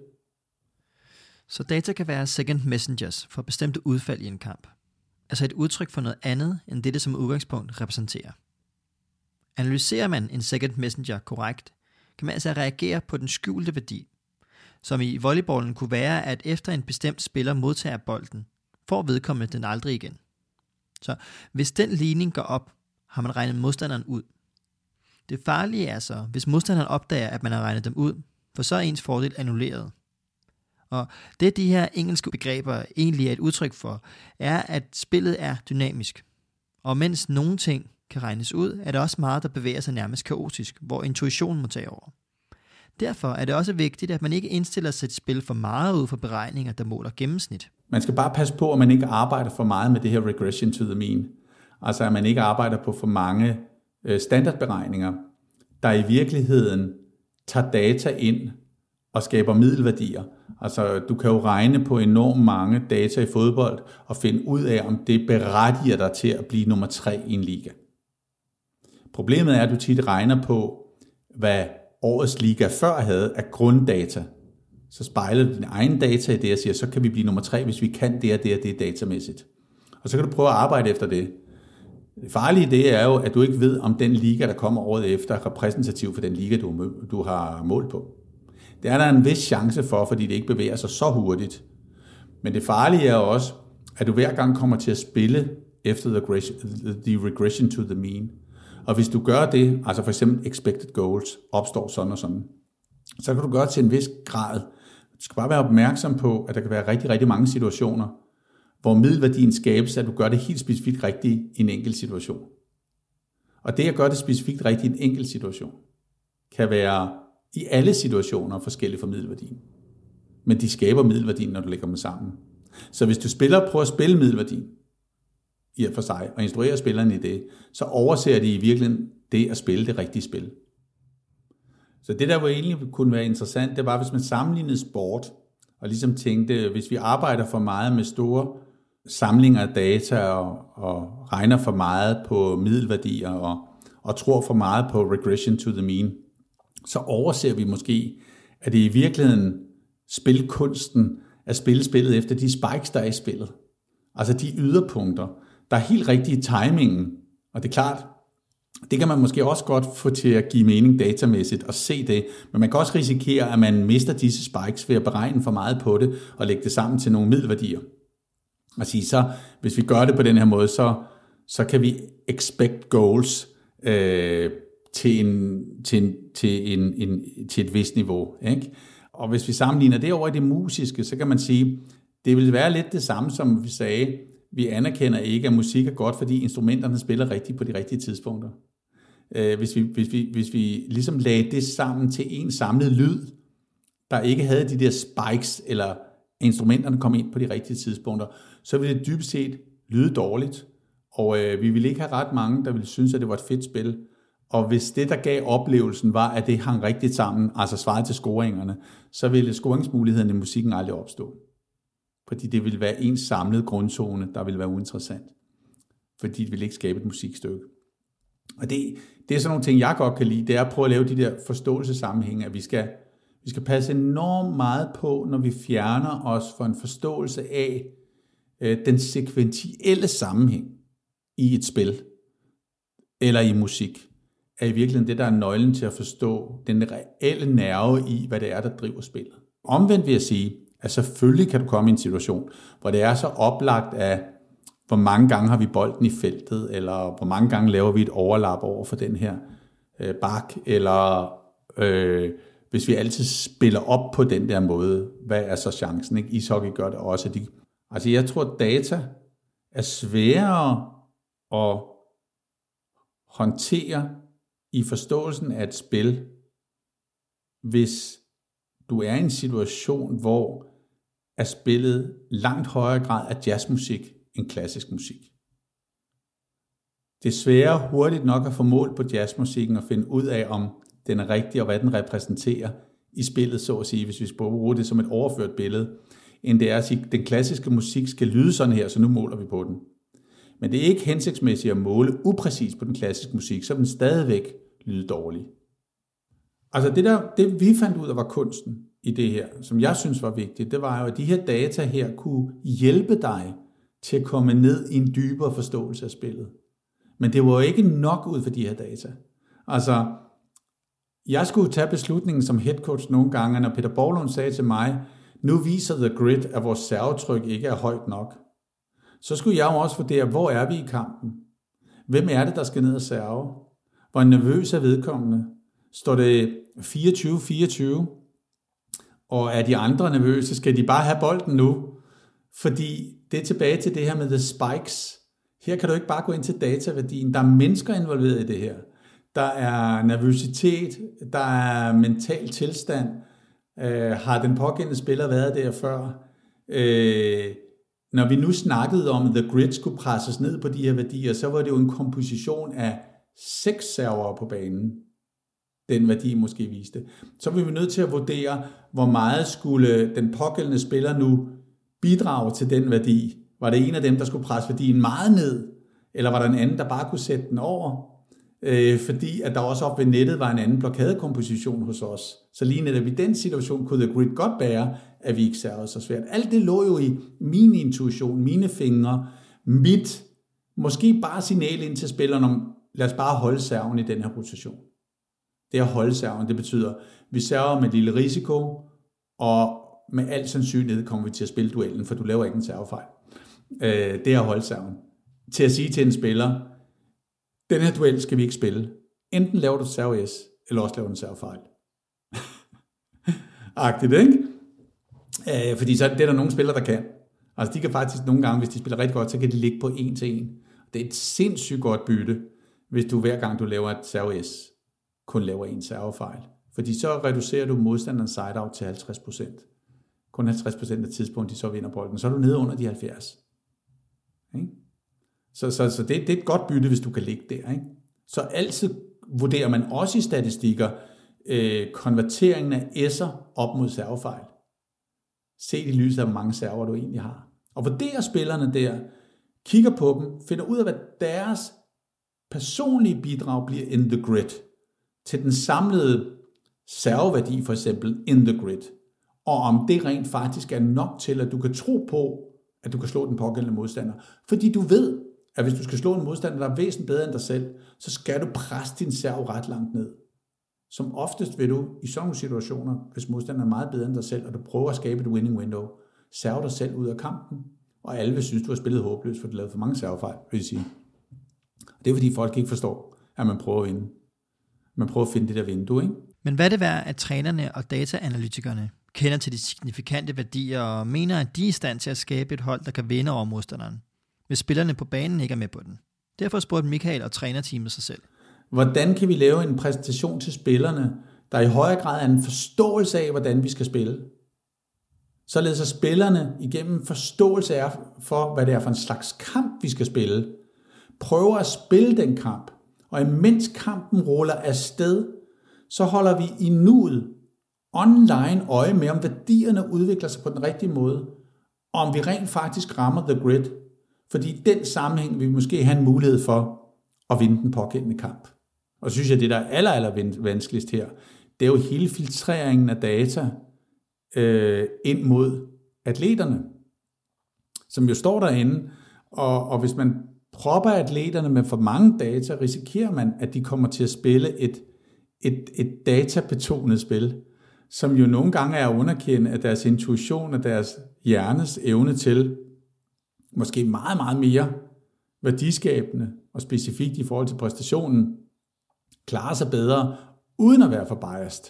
Så data kan være second messengers for bestemte udfald i en kamp. Altså et udtryk for noget andet, end det, det som udgangspunkt repræsenterer. Analyserer man en second messenger korrekt, kan man altså reagere på den skjulte værdi, som i volleyballen kunne være, at efter en bestemt spiller modtager bolden, får vedkommende den aldrig igen. Så hvis den ligning går op, har man regnet modstanderen ud. Det farlige er så, hvis modstanderen opdager, at man har regnet dem ud, for så er ens fordel annulleret. Og det de her engelske begreber egentlig er et udtryk for, er, at spillet er dynamisk. Og mens nogle ting kan regnes ud, er der også meget, der bevæger sig nærmest kaotisk, hvor intuitionen må tage over. Derfor er det også vigtigt, at man ikke indstiller sit spil for meget ud for beregninger, der måler gennemsnit. Man skal bare passe på, at man ikke arbejder for meget med det her regression to the mean. Altså at man ikke arbejder på for mange standardberegninger, der i virkeligheden tager data ind og skaber middelværdier. Altså, du kan jo regne på enormt mange data i fodbold og finde ud af, om det berettiger dig til at blive nummer tre i en liga. Problemet er, at du tit regner på, hvad årets liga før havde af grunddata. Så spejler du dine egne data i det og siger, så kan vi blive nummer tre, hvis vi kan det og det og det datamæssigt. Og så kan du prøve at arbejde efter det. Det farlige det er jo, at du ikke ved, om den liga, der kommer året efter, er repræsentativ for den liga, du, du har målt på. Det er der en vis chance for, fordi det ikke bevæger sig så hurtigt. Men det farlige er også, at du hver gang kommer til at spille efter the regression, the regression to the mean. Og hvis du gør det, altså for eksempel expected goals, opstår sådan og sådan, så kan du gøre det til en vis grad. Du skal bare være opmærksom på, at der kan være rigtig, rigtig mange situationer, hvor middelværdien skabes, at du gør det helt specifikt rigtigt i en enkelt situation. Og det at gøre det specifikt rigtigt i en enkelt situation, kan være i alle situationer forskellige fra middelværdien. Men de skaber middelværdien, når du lægger dem sammen. Så hvis du spiller, prøver at spille middelværdien i og for sig, og instruerer spillerne i det, så overser de i virkeligheden det at spille det rigtige spil. Så det, der jo egentlig kunne være interessant, det var, hvis man sammenlignede sport, og ligesom tænkte, hvis vi arbejder for meget med store samlinger af data, og, og regner for meget på middelværdier, og, og tror for meget på regression to the mean, så overser vi måske, at det i virkeligheden spilkunsten at spille spillet efter de spikes, der er i spillet. Altså de yderpunkter, der er helt rigtige timingen. Og det er klart, det kan man måske også godt få til at give mening datamæssigt og se det, men man kan også risikere, at man mister disse spikes ved at beregne for meget på det og lægge det sammen til nogle middelværdier. Og sige, så hvis vi gør det på den her måde, så, så kan vi expect goals øh, til, en, til, en, til, en, en, til et vist niveau, ikke? Og hvis vi sammenligner det over i det musiske, så kan man sige, det vil være lidt det samme, som vi sagde, vi anerkender ikke, at musik er godt, fordi instrumenterne spiller rigtigt på de rigtige tidspunkter. Hvis vi, hvis vi, hvis vi ligesom lagde det sammen til en samlet lyd, der ikke havde de der spikes, eller instrumenterne kom ind på de rigtige tidspunkter, så ville det dybest set lyde dårligt, og øh, vi ville ikke have ret mange, der ville synes, at det var et fedt spil. Og hvis det, der gav oplevelsen, var, at det hang rigtigt sammen, altså svarede til scoringerne, så ville scoringsmulighederne i musikken aldrig opstå. Fordi det ville være en samlet grundzone, der ville være uinteressant. Fordi det ville ikke skabe et musikstykke. Og det, det er sådan nogle ting, jeg godt kan lide, det er at prøve at lave de der forståelsessammenhænge, at vi skal, vi skal passe enormt meget på, når vi fjerner os for en forståelse af øh, den sekventielle sammenhæng i et spil, eller i musik, er i virkeligheden det, der er nøglen til at forstå den reelle nerve i, hvad det er, der driver spillet. Omvendt vil jeg sige, at selvfølgelig kan du komme i en situation, hvor det er så oplagt af, hvor mange gange har vi bolden i feltet, eller hvor mange gange laver vi et overlap over for den her øh, bak, eller øh, hvis vi altid spiller op på den der måde, hvad er så chancen? Ikke? Ishockey gør det også. De, altså jeg tror, at data er sværere at håndtere i forståelsen af et spil, hvis du er i en situation, hvor er spillet langt højere grad af jazzmusik end klassisk musik. Det er sværere hurtigt nok at få mål på jazzmusikken og finde ud af, om den er rigtig og hvad den repræsenterer i spillet, så at sige, hvis vi bruger det som et overført billede, end det er at sige, at den klassiske musik skal lyde sådan her, så nu måler vi på den. Men det er ikke hensigtsmæssigt at måle upræcis på den klassiske musik, så den stadigvæk lyder dårlig. Altså det, der, det vi fandt ud af var kunsten i det her, som jeg synes var vigtigt, det var jo, at de her data her kunne hjælpe dig til at komme ned i en dybere forståelse af spillet. Men det var jo ikke nok ud for de her data. Altså, jeg skulle tage beslutningen som headcoach nogle gange, når Peter Borglund sagde til mig, nu viser The Grid, at vores servetryk ikke er højt nok. Så skulle jeg jo også vurdere, hvor er vi i kampen? Hvem er det, der skal ned og serve? Hvor nervøs er vedkommende? Står det fireogtyve fireogtyve? Og er de andre nervøse? Skal de bare have bolden nu? Fordi det er tilbage til det her med the spikes. Her kan du ikke bare gå ind til dataværdien. Der er mennesker involveret i det her. Der er nervøsitet, der er mental tilstand. Øh, har den pågældende spiller været der før? Øh, når vi nu snakkede om, at The Grid skulle presses ned på de her værdier, så var det jo en komposition af seks servere på banen. Den værdi måske viste. Så var vi nødt til at vurdere, hvor meget skulle den pågældende spiller nu bidrage til den værdi. Var det en af dem, der skulle presse værdien meget ned, eller var der en anden, der bare kunne sætte den over? Øh, fordi at der også op ved nettet var en anden blokadekomposition hos os. Så lige netop i den situation kunne The Grid godt bære, at vi ikke servede så svært. Alt det lå jo i min intuition, mine fingre, mit, måske bare signal ind til spilleren om, lad os bare holde serven i den her rotation. Det at holde serven, det betyder, vi server med lille risiko, og med al sandsynlighed kommer vi til at spille duellen, for du laver ikke en servefejl. Øh, det er at holde serven. Til at sige til en spiller, den her duel skal vi ikke spille. Enten laver du serve S, eller også laver du en servefejl. Agtigt, ikke? Øh, fordi så det er der nogle spillere, der kan. Altså de kan faktisk nogle gange, hvis de spiller rigtig godt, så kan de ligge på en til en. Det er et sindssygt godt bytte, hvis du hver gang du laver et serve S, kun laver en servefejl. Fordi så reducerer du modstanderens side-out til halvtreds procent. Kun halvtreds procent af tidspunktet, de så vinder bolden. Så er du nede under de halvfjerds. Ikke? Så, så, så det, det er et godt bytte, hvis du kan ligge der. Ikke? Så altid vurderer man også i statistikker øh, konverteringen af S'er op mod servefejl. Se i lyset af, hvor mange server du egentlig har. Og vurderer spillerne der, kigger på dem, finder ud af, hvad deres personlige bidrag bliver in the grid. Til den samlede serveværdi for eksempel in the grid. Og om det rent faktisk er nok til, at du kan tro på, at du kan slå den pågældende modstander. Fordi du ved, at hvis du skal slå en modstander, der er væsentligt bedre end dig selv, så skal du presse din serv ret langt ned. Som oftest vil du i sådan nogle situationer, hvis modstanderen er meget bedre end dig selv, og du prøver at skabe et winning window, serve dig selv ud af kampen, og alle vil synes, du har spillet håbløst, for du har lavet for mange servefejl, vil jeg sige. Det er fordi folk ikke forstår, at man prøver at vinde. Man prøver at finde det der vindue, ikke? Men hvad er det værd, at trænerne og dataanalytikerne kender til de signifikante værdier og mener, at de er i stand til at skabe et hold, der kan vinde over modstanderen, hvis spillerne på banen ikke er med på den? Derfor spurgte Michael og trænerteamet sig selv. Hvordan kan vi lave en præsentation til spillerne, der i højere grad er en forståelse af, hvordan vi skal spille? Således at spillerne igennem forståelse af for, hvad det er for en slags kamp, vi skal spille, prøver at spille den kamp, og imens kampen ruller afsted, så holder vi i nuet online øje med, om værdierne udvikler sig på den rigtige måde, og om vi rent faktisk rammer the grid, fordi i den sammenhæng vil vi måske have en mulighed for at vinde den pågældende kamp. Og så synes jeg, det der er aller, aller vanskeligst her, det er jo hele filtreringen af data øh, ind mod atleterne, som jo står derinde, og, og hvis man propper atleterne med for mange data, risikerer man, at de kommer til at spille et, et, et databetonet spil, som jo nogle gange er underkendt af deres intuition og deres hjernes evne til måske meget, meget mere værdiskabende og specifikt i forhold til præstationen, klare sig bedre, uden at være for biased.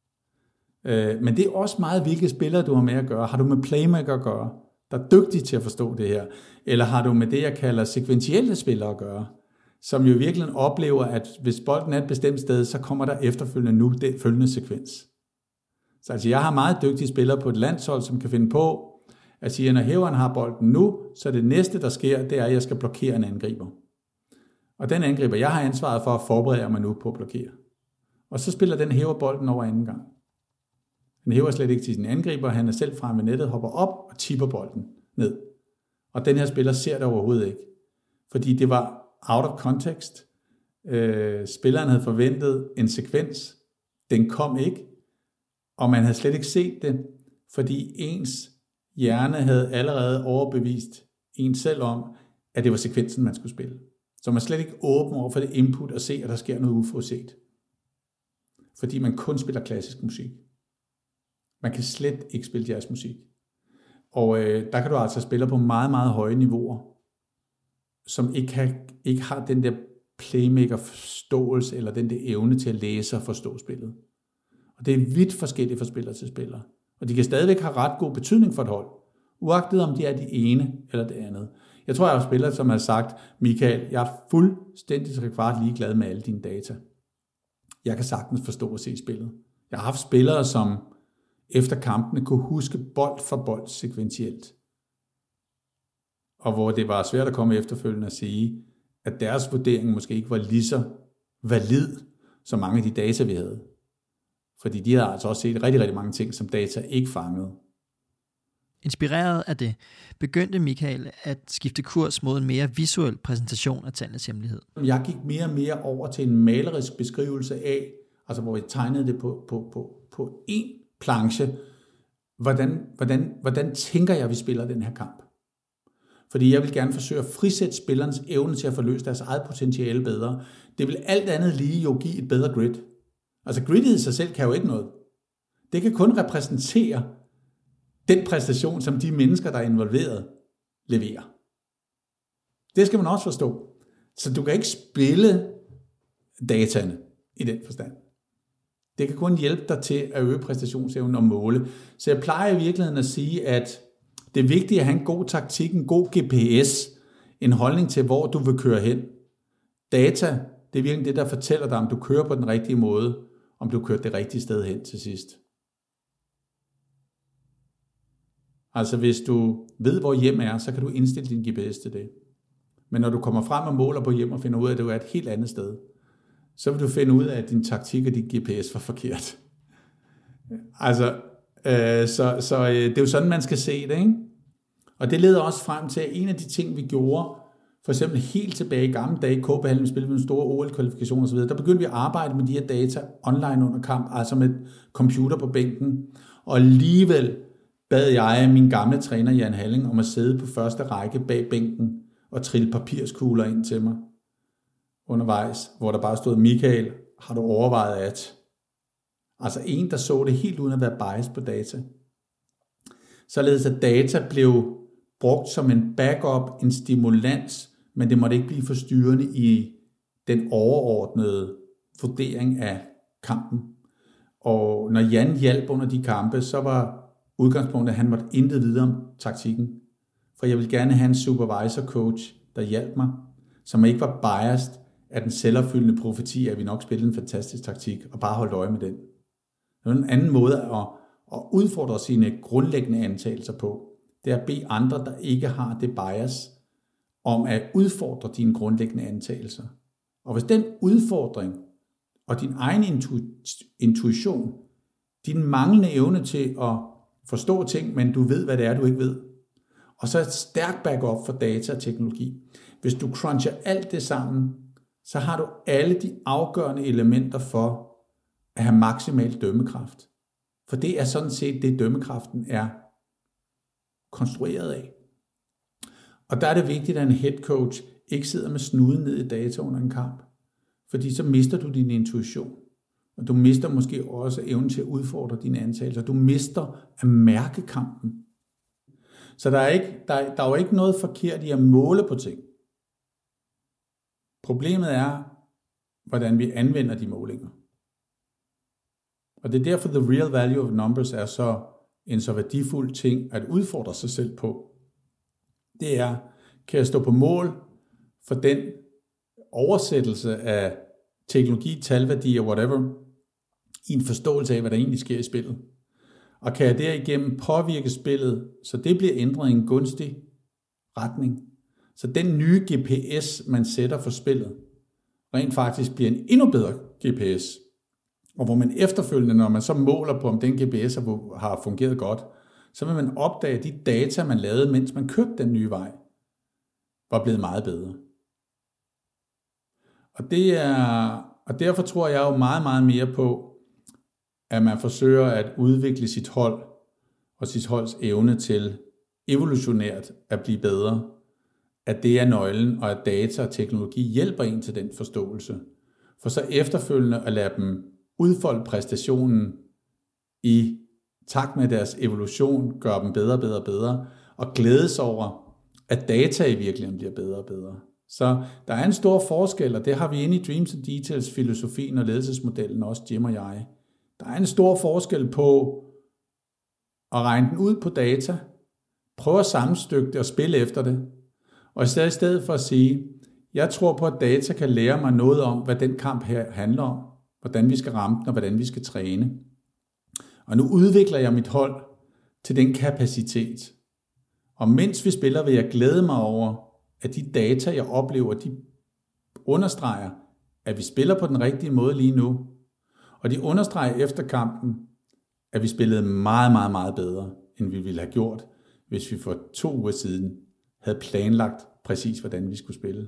Men det er også meget, hvilke spillere du har med at gøre. Har du med playmaker at gøre, der er dygtige til at forstå det her? Eller har du med det, jeg kalder sekventielle spillere at gøre, som jo virkelig oplever, at hvis bolden er et bestemt sted, så kommer der efterfølgende nu den følgende sekvens. Så altså, jeg har meget dygtige spillere på et landshold, som kan finde på at sige, at når hæveren har bolden nu, så det næste, der sker, det er, at jeg skal blokere en angriber. Og den angriber, jeg har ansvaret for at forberede mig nu på at blokere. Og så spiller den hæver bolden over anden gang. Han hæver slet ikke til sin angriber, han er selv fremme ved nettet, hopper op og tipper bolden ned. Og den her spiller ser det overhovedet ikke. Fordi det var out of context. Øh, spilleren havde forventet en sekvens. Den kom ikke. Og man havde slet ikke set det, fordi ens hjerne havde allerede overbevist en selv om, at det var sekvensen, man skulle spille. Så man slet ikke åben over for det input og se, at der sker noget uforudset. Fordi man kun spiller klassisk musik. Man kan slet ikke spille jazzmusik. Og øh, der kan du altså spille på meget, meget høje niveauer, som ikke har, ikke har den der playmaker-forståelse, eller den der evne til at læse og forstå spillet. Og det er vidt forskelligt fra spiller til spiller. Og de kan stadigvæk have ret god betydning for et hold, uagtet om de er de ene eller det andet. Jeg tror, jeg har spillere, som har sagt, Michael, jeg er fuldstændig trekvart ligeglad med alle dine data. Jeg kan sagtens forstå og se spillet. Jeg har haft spillere, som efter kampene kunne huske bold for bold sekventielt. Og hvor det var svært at komme efterfølgende og sige, at deres vurdering måske ikke var lige så valid, som mange af de data, vi havde. Fordi de havde altså også set rigtig, rigtig mange ting, som data ikke fangede. Inspireret af det, begyndte Michael at skifte kurs mod en mere visuel præsentation af tallenes hemmelighed. Jeg gik mere og mere over til en malerisk beskrivelse af, altså hvor jeg tegnede det på, på, på, på én planche, hvordan, hvordan, hvordan tænker jeg, vi spiller den her kamp? Fordi jeg vil gerne forsøge at frisætte spillernes evne til at forløse deres eget potentiale bedre. Det vil alt andet lige jo give et bedre grid. Altså gridet i sig selv kan jo ikke noget. Det kan kun repræsentere den præstation, som de mennesker, der er involveret, leverer. Det skal man også forstå. Så du kan ikke spille dataene i den forstand. Det kan kun hjælpe dig til at øge præstationsevnen og måle. Så jeg plejer i virkeligheden at sige, at det er vigtigt at have en god taktik, en god G P S, en holdning til, hvor du vil køre hen. Data, Det er virkelig det, der fortæller dig, om du kører på den rigtige måde, om du kører det rigtige sted hen til sidst. Altså hvis du ved, hvor hjem er, så kan du indstille din G P S til det. Men når du kommer frem og måler på hjem og finder ud af, at du er et helt andet sted, så vil du finde ud af, at din taktik og din G P S var forkert. Altså, øh, så, så øh, det er jo sådan, man skal se det, ikke? Og det leder også frem til, at en af de ting, vi gjorde, for eksempel helt tilbage i gamle dage, i K-behandling, spillede vi en store O L-kvalifikationer osv., der begyndte vi at arbejde med de her data online under kamp, altså med computer på bænken. Og alligevel bad jeg min gamle træner, Jan Halling, om at sidde på første række bag bænken og trille papirskugler ind til mig undervejs, hvor der bare stod, Michael, har du overvejet at? Altså en, der så det helt uden at være biased på data. Således at data blev brugt som en backup, en stimulans, men det måtte ikke blive forstyrrende i den overordnede vurdering af kampen. Og når Jan hjalp under de kampe, så var udgangspunktet, at han måtte intet vide om taktikken. For jeg ville gerne have en supervisor coach, der hjalp mig, som ikke var biased af den selvopfyldende profeti, at vi nok spillede en fantastisk taktik, og bare holdt øje med den. Det var en anden måde at, at udfordre sine grundlæggende antagelser på. Det er at bede andre, der ikke har det bias, om at udfordre dine grundlæggende antagelser. Og hvis den udfordring og din egen intu- intuition, din manglende evne til at forstå ting, men du ved, hvad det er, du ikke ved, og så et stærkt backup for data og teknologi. Hvis du cruncher alt det sammen, så har du alle de afgørende elementer for at have maksimal dømmekraft. For det er sådan set det, dømmekraften er konstrueret af. Og der er det vigtigt, at en head coach ikke sidder med snuden ned i data under en kamp. Fordi så mister du din intuition. Og du mister måske også evnen til at udfordre dine antagelser. Du mister at mærke kampen. Så der er, ikke, der, der er jo ikke noget forkert i at måle på ting. Problemet er, hvordan vi anvender de målinger. Og det er derfor, the real value of numbers er så en så værdifuld ting at udfordre sig selv på. Det er, kan jeg stå på mål for den oversættelse af teknologi, talværdier, whatever, i en forståelse af, hvad der egentlig sker i spillet. Og kan jeg derigennem påvirke spillet, så det bliver ændret i en gunstig retning. Så den nye G P S, man sætter for spillet, rent faktisk bliver en endnu bedre G P S. Og hvor man efterfølgende, når man så måler på, om den G P S har fungeret godt, så vil man opdage, at de data, man lavede, mens man kørte den nye vej, var blevet meget bedre. Og, det er, og derfor tror jeg jo meget, meget mere på, at man forsøger at udvikle sit hold og sit holds evne til evolutionært at blive bedre, at det er nøglen, og at data og teknologi hjælper en til den forståelse. For så efterfølgende at lade dem udfolde præstationen i takt med deres evolution, gøre dem bedre, bedre, bedre, og glædes over, at data i virkeligheden bliver bedre og bedre. Så der er en stor forskel, og det har vi inde i Dreams and Details filosofien og ledelsesmodellen, også Jim og jeg. Der er en stor forskel på at regne den ud på data, prøve at sammenstykke det og spille efter det, og i stedet for at sige, jeg tror på, at data kan lære mig noget om, hvad den kamp her handler om, hvordan vi skal ramme den og hvordan vi skal træne. Og nu udvikler jeg mit hold til den kapacitet. Og mens vi spiller, vil jeg glæde mig over, at de data, jeg oplever, de understreger, at vi spiller på den rigtige måde lige nu. Og de understreger efter kampen, at vi spillede meget, meget, meget bedre, end vi ville have gjort, hvis vi for to uger siden havde planlagt præcis, hvordan vi skulle spille.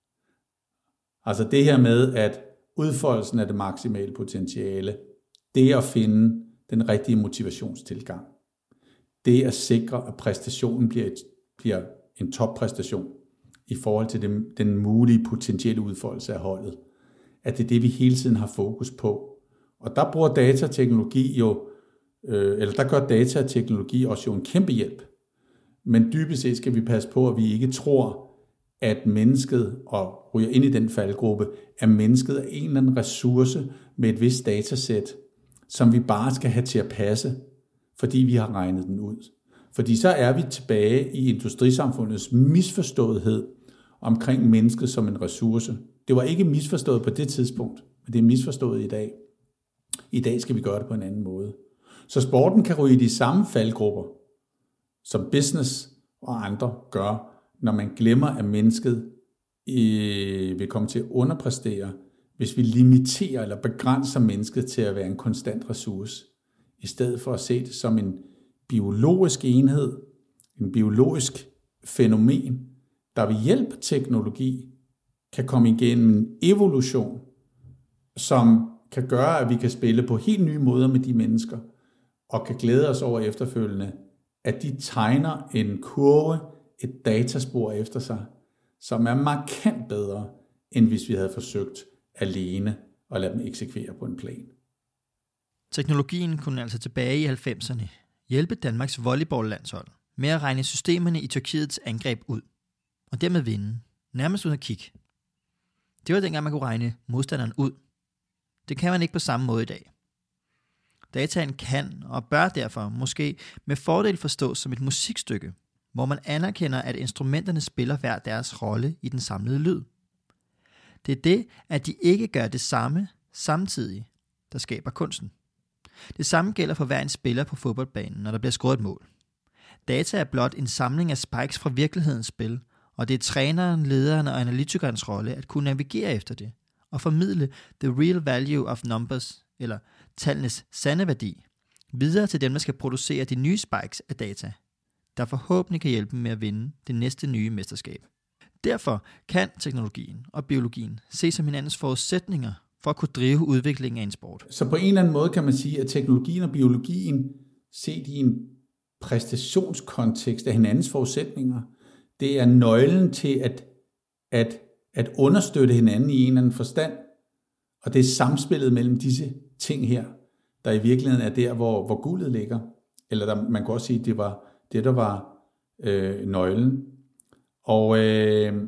Altså det her med, at udfoldelsen af det maksimale potentiale, det at finde den rigtige motivationstilgang, det at sikre, at præstationen bliver, et, bliver en toppræstation i forhold til den, den mulige potentielle udfoldelse af holdet, at det er det, vi hele tiden har fokus på. Og der bruger data og teknologi jo, øh, eller der gør data og teknologi også jo en kæmpe hjælp. Men dybest set skal vi passe på, at vi ikke tror, at mennesket, og ryger ind i den faldgruppe, at mennesket er en eller anden ressource med et vist datasæt, som vi bare skal have til at passe, fordi vi har regnet den ud. Fordi så er vi tilbage i industrisamfundets misforståethed omkring mennesket som en ressource. det var ikke misforstået på det tidspunkt, men det er misforstået i dag. I dag skal vi gøre det på en anden måde. Så sporten kan ryge i de samme faldgrupper, som business og andre gør, når man glemmer, at mennesket øh, vil komme til at underpræstere, hvis vi limiterer eller begrænser mennesket til at være en konstant ressource, i stedet for at se det som en biologisk enhed, en biologisk fænomen, der ved hjælp af teknologi kan komme igennem en evolution, som kan gøre, at vi kan spille på helt nye måder med de mennesker, og kan glæde os over efterfølgende, at de tegner en kurve, et dataspor efter sig, som er markant bedre, end hvis vi havde forsøgt alene at lade dem eksekvere på en plan. Teknologien kunne altså tilbage i halvfemserne hjælpe Danmarks volleyballlandshold med at regne systemerne i Tyrkiets angreb ud, og dermed vinde, nærmest uden at kigge. Det var dengang, man kunne regne modstanderen ud. Det kan man ikke på samme måde i dag. Dataen kan og bør derfor måske med fordel forstås som et musikstykke, hvor man anerkender, at instrumenterne spiller hver deres rolle i den samlede lyd. Det er det, at de ikke gør det samme samtidig, der skaber kunsten. Det samme gælder for hver en spiller på fodboldbanen, når der bliver scoret et mål. Data er blot en samling af spikes fra virkelighedens spil, og det er træneren, lederen og analytikernes rolle at kunne navigere efter det og formidle the real value of numbers, eller tallenes sande værdi, videre til dem, der skal producere de nye spikes af data, der forhåbentlig kan hjælpe dem med at vinde det næste nye mesterskab. Derfor kan teknologien og biologien ses som hinandens forudsætninger for at kunne drive udviklingen af en sport. Så på en eller anden måde kan man sige, at teknologien og biologien set i en præstationskontekst af hinandens forudsætninger, det er nøglen til at, at, at understøtte hinanden i en eller anden forstand. Og det er samspillet mellem disse ting her, der i virkeligheden er der, hvor, hvor guldet ligger. Eller der, man kan også sige, at det var det, der var øh, nøglen. Og øh,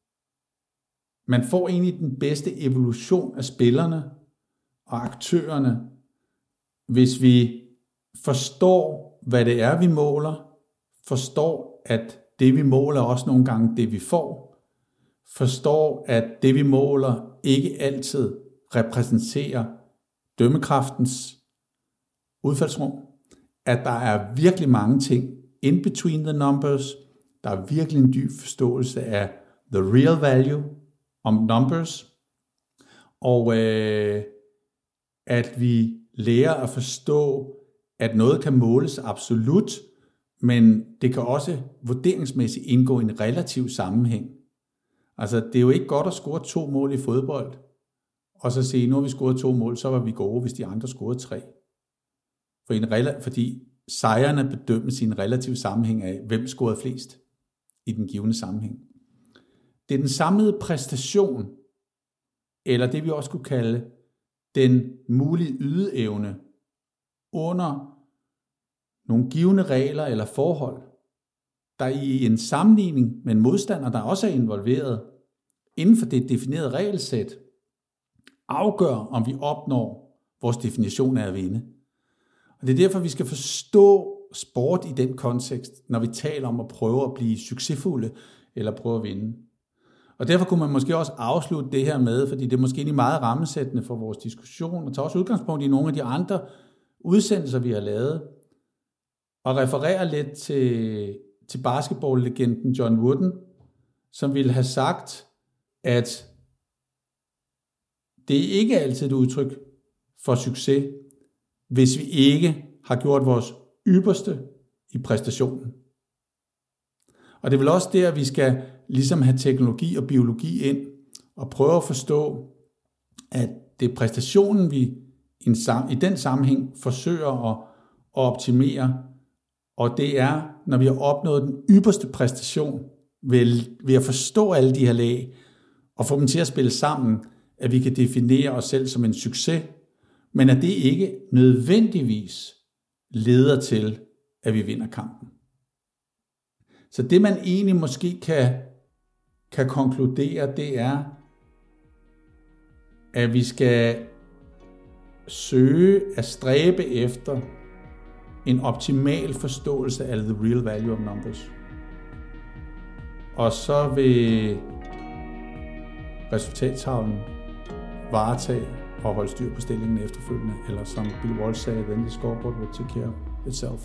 man får egentlig den bedste evolution af spillerne og aktørerne, hvis vi forstår, hvad det er, vi måler, forstår, at det, vi måler, også nogle gange det, vi får, forstår, at det, vi måler, ikke altid repræsenterer dømmekraftens udfaldsrum, at der er virkelig mange ting in between the numbers, der er virkelig en dyb forståelse af the real value om numbers, og øh, at vi lærer at forstå, at noget kan måles absolut, men det kan også vurderingsmæssigt indgå i en relativ sammenhæng. Altså, det er jo ikke godt at score to mål i fodbold, og så sige, nu har vi scoret to mål, så var vi gode, hvis de andre scorede tre. For en rela- fordi sejrene bedømmes i en relativ sammenhæng af, hvem scorede flest i den givne sammenhæng. Det er den samlede præstation, eller det vi også kunne kalde den mulige ydeevne, under nogle givne regler eller forhold, der i en sammenligning med en modstander, der også er involveret inden for det definerede regelsæt, afgør, om vi opnår vores definition af at vinde. Og det er derfor, vi skal forstå sport i den kontekst, når vi taler om at prøve at blive succesfulde eller prøve at vinde. Og derfor kunne man måske også afslutte det her med, fordi det er måske egentlig meget rammesættende for vores diskussion, og tage også udgangspunkt i nogle af de andre udsendelser, vi har lavet, og referere lidt til, til basketballlegenden John Wooden, som ville have sagt, at det er ikke altid et udtryk for succes, hvis vi ikke har gjort vores ypperste i præstationen. Og det er vel også der, vi skal ligesom have teknologi og biologi ind, og prøve at forstå, at det er præstationen, vi i den sammenhæng forsøger at optimere, og det er, når vi har opnået den ypperste præstation, ved, ved at forstå alle de her lag, og få dem til at spille sammen, at vi kan definere os selv som en succes, men at det ikke nødvendigvis leder til, at vi vinder kampen. Så det man egentlig måske kan, kan konkludere, det er, at vi skal søge at stræbe efter en optimal forståelse af the real value of numbers. Og så vil resultattavlen varetage og holde styr på stillingen efterfølgende, eller som Bill Walsh sagde, then the scoreboard will take care of itself.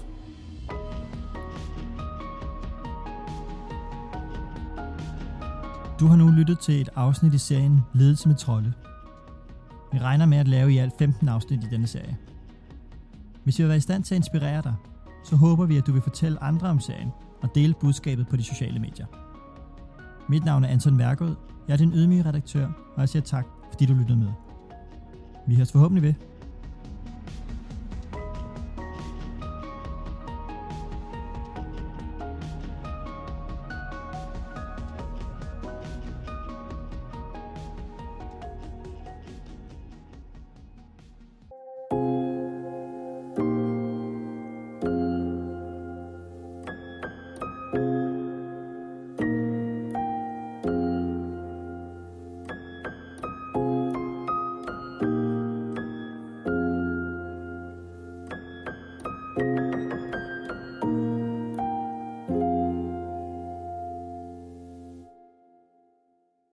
Du har nu lyttet til et afsnit i serien Ledelse med Trolde. Vi regner med at lave i alt femten afsnit i denne serie. Hvis vi vil være i stand til at inspirere dig, så håber vi, at du vil fortælle andre om serien og dele budskabet på de sociale medier. Mit navn er Anton Værgod, jeg er din ydmyge redaktør, og jeg siger tak, fordi du lyttede med. Vi høres forhåbentlig ved.